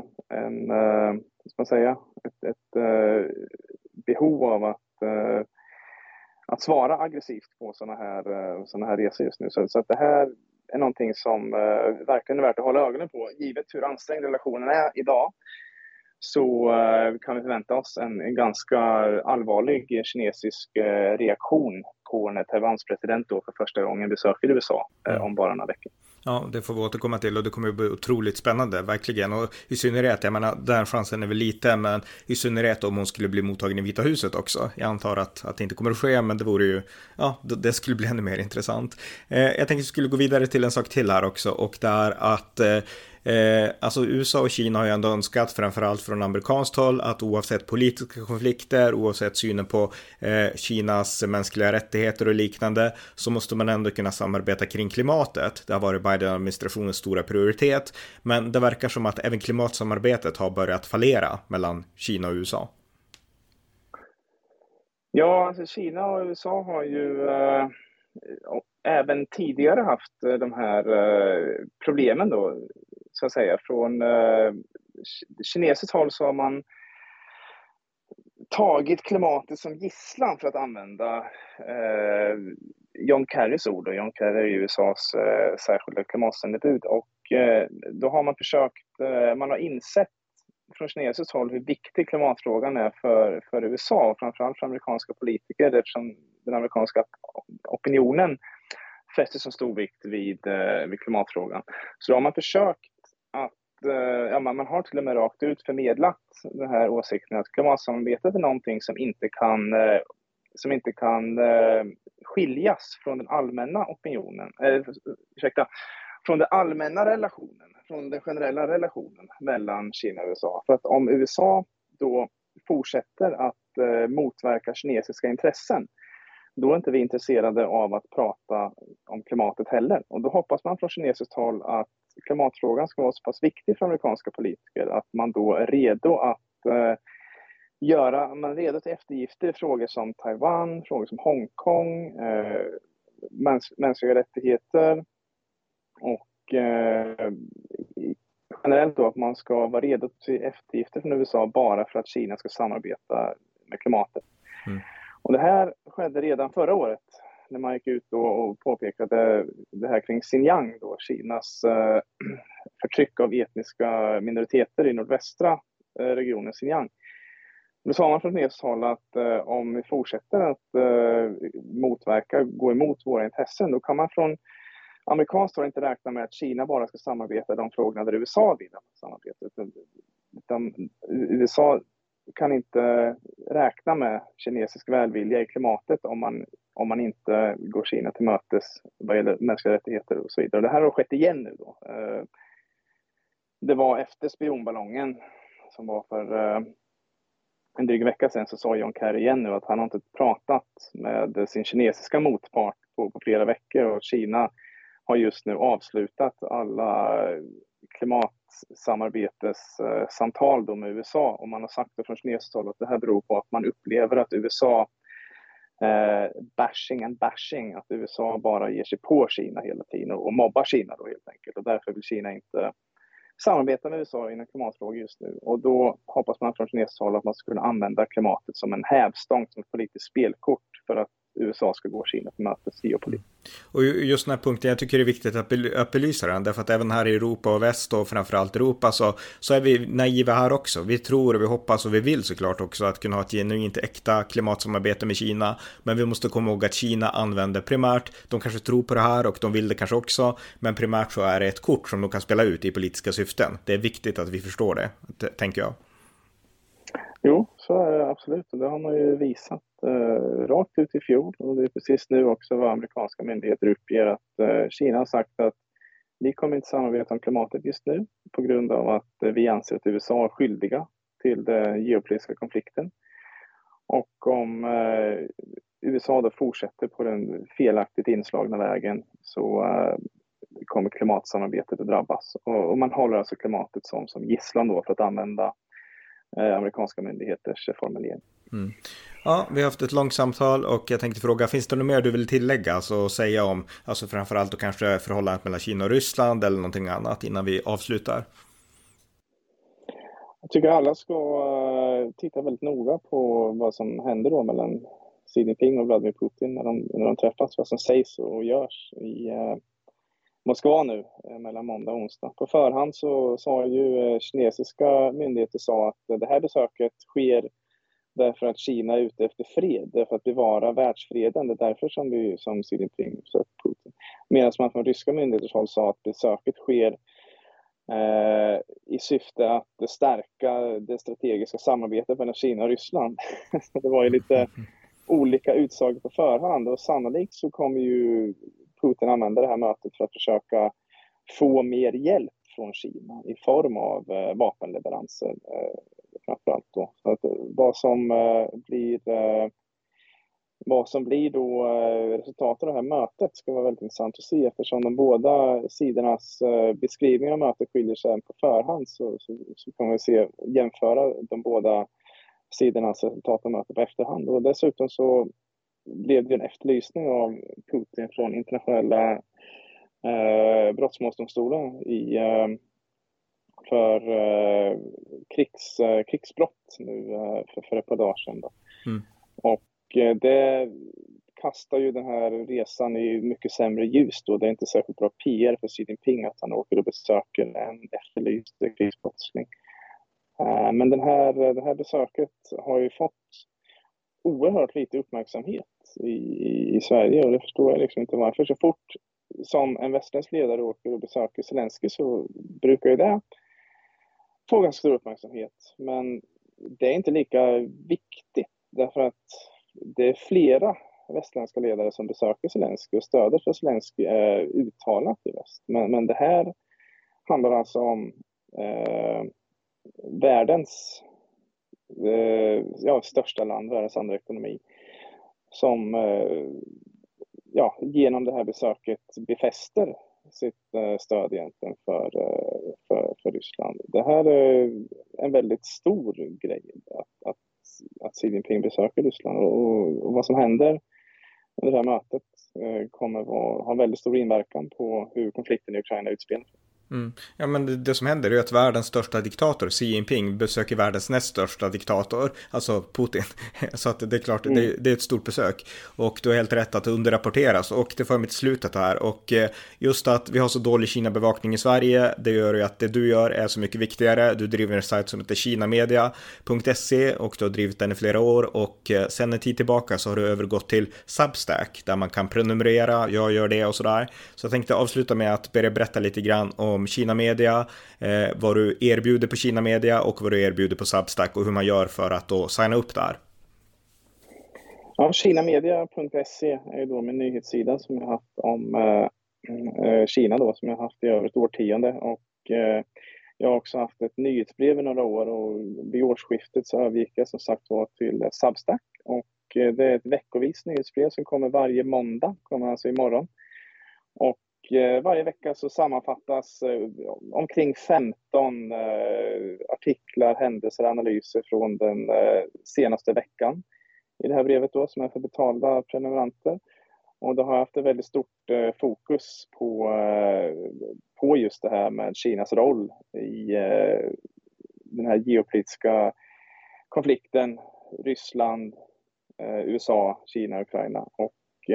ett behov av att svara aggressivt på såna här resor just nu. Så att det här är någonting som verkligen är värt att hålla ögonen på. Givet hur ansträngd relationen är idag, så kan vi förvänta oss en ganska allvarlig kinesisk reaktion på när Taiwans president då för första gången besöker USA om bara några veckor. Ja, det får vi återkomma till, och det kommer att bli otroligt spännande, verkligen. Och i synnerhet, jag menar, den chansen är väl liten, men i synnerhet om hon skulle bli mottagen i Vita huset också. Jag antar att det inte kommer att ske, men det vore ju, ja, det skulle bli ännu mer intressant. Jag tänkte att vi skulle gå vidare till en sak till här också, och det är att alltså USA och Kina har ju ändå önskat, framförallt från amerikanskt håll, att oavsett politiska konflikter, oavsett synen på Kinas mänskliga rättigheter och liknande, så måste man ändå kunna samarbeta kring klimatet. Det har varit Biden-administrationens stora prioritet, men det verkar som att även klimatsamarbetet har börjat fallera mellan Kina och USA. Ja, alltså Kina och USA har ju även tidigare haft de här problemen då, så att säga. Från kinesiskt håll så har man tagit klimatet som gisslan, för att använda John Kerrys ord. John Kerry är USAs särskilda klimatsändebud, och då har man har insett från kinesiskt håll hur viktig klimatfrågan är för USA och framförallt för amerikanska politiker, eftersom den amerikanska opinionen fäster så stor vikt vid klimatfrågan. Så då har man försökt att, man har till och med rakt ut förmedlat den här åsikten att klimatsamarbetet är någonting som inte kan skiljas från den allmänna opinionen, från den allmänna relationen, från den generella relationen mellan Kina och USA. För att om USA då fortsätter att motverka kinesiska intressen, då är inte vi intresserade av att prata om klimatet heller. Och då hoppas man från kinesiskt håll att klimatfrågan ska vara så pass viktig för amerikanska politiker att man då är redo att redo till eftergifter i frågor som Taiwan, frågor som Hongkong, mänskliga rättigheter, och generellt då att man ska vara redo till eftergifter från USA bara för att Kina ska samarbeta med klimatet. Och det här skedde redan förra året när man gick ut och påpekade det här kring Xinjiang, då, Kinas förtryck av etniska minoriteter i nordvästra regionen Xinjiang. Då sa man från kinesiskt håll att om vi fortsätter att gå emot våra intressen, då kan man från amerikanskt håll inte räkna med att Kina bara ska samarbeta i de frågorna där USA vill samarbeta. Utan USA kan inte räkna med kinesisk välvilja i klimatet om man inte går Kina till mötes vad gäller mänskliga rättigheter och så vidare. Det här har skett igen nu då. Det var efter spionballongen som var för en dryg vecka sedan, så sa John Kerry igen nu att han har inte pratat med sin kinesiska motpart på flera veckor, och Kina har just nu avslutat alla klimatsamarbetessamtal då med USA, och man har sagt då från kinesiskt håll att det här beror på att man upplever att USA bashing, att USA bara ger sig på Kina hela tiden och mobbar Kina då helt enkelt, och därför vill Kina inte samarbeta med USA inom klimatfrågor just nu. Och då hoppas man från kinesiskt håll att man ska kunna använda klimatet som en hävstång, som ett politiskt spelkort för att USA ska gå Kina till mötes geopolitiskt. Och just den här punkten, jag tycker det är viktigt att belysa den, därför att även här i Europa och väst, och framförallt Europa, så är vi naiva här också. Vi tror och vi hoppas och vi vill såklart också att kunna ha ett genuint äkta klimatsamarbete med Kina, men vi måste komma ihåg att Kina använder primärt, de kanske tror på det här och de vill det kanske också, men primärt så är det ett kort som de kan spela ut i politiska syften. Det är viktigt att vi förstår det, tänker jag. Jo, så är det absolut, och det har man ju visat rakt ut i fjol, och det är precis nu också vad amerikanska myndigheter uppger att Kina har sagt att vi kommer inte samarbeta om klimatet just nu på grund av att vi anser att USA är skyldiga till den geopolitiska konflikten, och om USA då fortsätter på den felaktigt inslagna vägen så kommer klimatsamarbetet att drabbas, och man håller alltså klimatet som gisslan då för att använda amerikanska myndigheters formulering. Mm. Ja, vi har haft ett långt samtal och jag tänkte fråga, finns det något mer du vill tillägga, alltså säga om, alltså framförallt och kanske förhållandet mellan Kina och Ryssland eller någonting annat innan vi avslutar? Jag tycker alla ska titta väldigt noga på vad som händer då mellan Xi Jinping och Vladimir Putin när de träffas, vad som sägs och görs i Moskva nu mellan måndag och onsdag. På förhand så sa ju kinesiska myndigheter att det här besöket sker därför att Kina är ute efter fred, därför att bevara världsfreden. Det är därför som Xi Jinping besöker Putin. Medan man från ryska myndigheters håll sa att besöket sker i syfte att stärka det strategiska samarbetet mellan Kina och Ryssland. Det var ju lite olika utsagor på förhand, och sannolikt så kommer ju Putin använda det här mötet för att försöka få mer hjälp från Kina i form av vapenleveranser framförallt då. Så att vad som blir då resultatet av det här mötet ska vara väldigt intressant att se, eftersom de båda sidornas beskrivningar av mötet skiljer sig på förhand, så kan vi jämföra de båda sidornas resultat av mötet på efterhand. Och dessutom så blev det en efterlysning av Putin från internationella brottmålsdomstolen för krigsbrott nu för ett par dagar sedan. Då. Mm. Och det kastar ju den här resan i mycket sämre ljus då. Det är inte särskilt bra PR för Xi Jinping att han åker och besöker en efterlyst krigsbrottsling. Men det här besöket har ju fått oerhört lite uppmärksamhet i Sverige, och det förstår jag liksom inte varför. Så fort som en västerländsk ledare åker och besöker Zelensky så brukar ju det få ganska stor uppmärksamhet, men det är inte lika viktigt därför att det är flera västerländska ledare som besöker Zelensky och stöder för Zelensky är uttalat i väst. Men det här handlar alltså om världens största land, världens andra ekonomi, som genom det här besöket befäster sitt stöd egentligen för Ryssland. Det här är en väldigt stor grej att Xi Jinping besöker Ryssland, och vad som händer under det här mötet kommer ha väldigt stor inverkan på hur konflikten i Ukraina utspelar sig. Ja, men det som händer är att världens största diktator, Xi Jinping, besöker världens näst största diktator, alltså Putin. Så att det är klart, det är ett stort besök. Och du har helt rätt att det underrapporteras, och det får mig till slutet här. Och just att vi har så dålig Kina-bevakning i Sverige, det gör ju att det du gör är så mycket viktigare. Du driver en sajt som heter kinamedia.se och du har drivit den i flera år, och sen en tid tillbaka så har du övergått till Substack där man kan prenumerera, jag gör det och sådär. Så jag tänkte avsluta med att berätta lite grann om Kina Media, vad du erbjuder på Kina Media och vad du erbjuder på Substack och hur man gör för att då signa upp där. Ja, kinamedia.se är ju då min nyhetssida som jag har haft om Kina då, som jag har haft i över ett årtionde, och jag har också haft ett nyhetsbrev i några år, och vid årsskiftet så övergick jag som sagt var till Substack, och det är ett veckovis nyhetsbrev som kommer varje måndag, kommer alltså imorgon, och varje vecka så sammanfattas omkring 15 artiklar, händelser och analyser från den senaste veckan i det här brevet då, som är för betalda prenumeranter. Och då har jag haft ett väldigt stort fokus på just det här med Kinas roll i den här geopolitiska konflikten Ryssland, USA, Kina, Ukraina. Och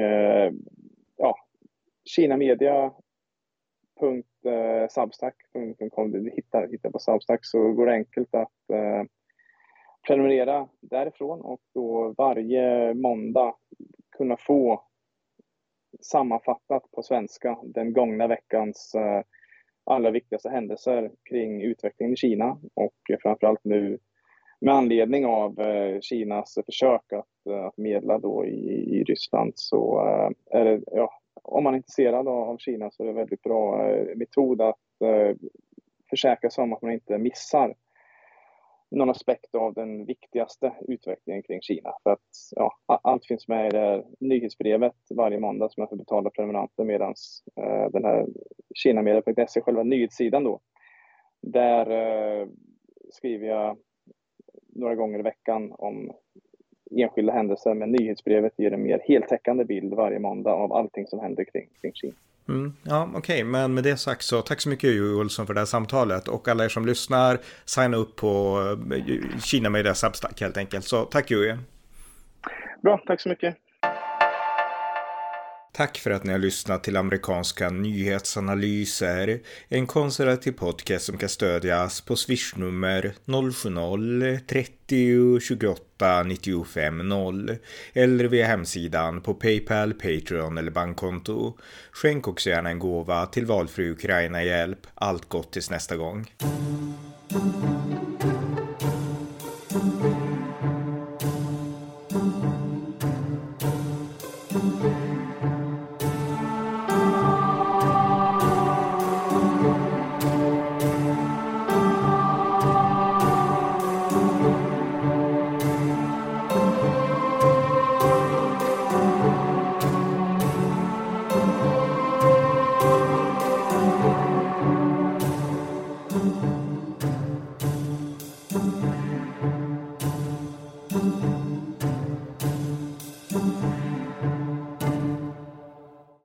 kinamedia.substack.com, du hittar på Substack, så går det enkelt att prenumerera därifrån, och då varje måndag kunna få sammanfattat på svenska den gångna veckans allra viktigaste händelser kring utvecklingen i Kina, och framförallt nu med anledning av Kinas försök att medla då i Ryssland, så är det, om man är intresserad av Kina, så är det en väldigt bra metod att försäkra sig om att man inte missar någon aspekt av den viktigaste utvecklingen kring Kina. För att allt finns med i det här nyhetsbrevet varje måndag som jag får betala prenumeranter, medan den här kinamedia.se, själva nyhetssidan då, där skriver jag några gånger i veckan om enskilda händelser, men nyhetsbrevet ger en mer heltäckande bild varje måndag av allting som händer kring Kina. Ja, okej. Men med det sagt så tack så mycket Joey Olsson för det här samtalet, och alla er som lyssnar, signa upp på Kina Media Substack helt enkelt. Så tack Joey. Bra, tack så mycket. Tack för att ni har lyssnat till amerikanska nyhetsanalyser, en konservativ podcast som kan stödjas på swishnummer 070-30 28 95 0 eller via hemsidan på PayPal, Patreon eller bankkonto. Skänk också gärna en gåva till valfri Ukraina-hjälp. Allt gott tills nästa gång.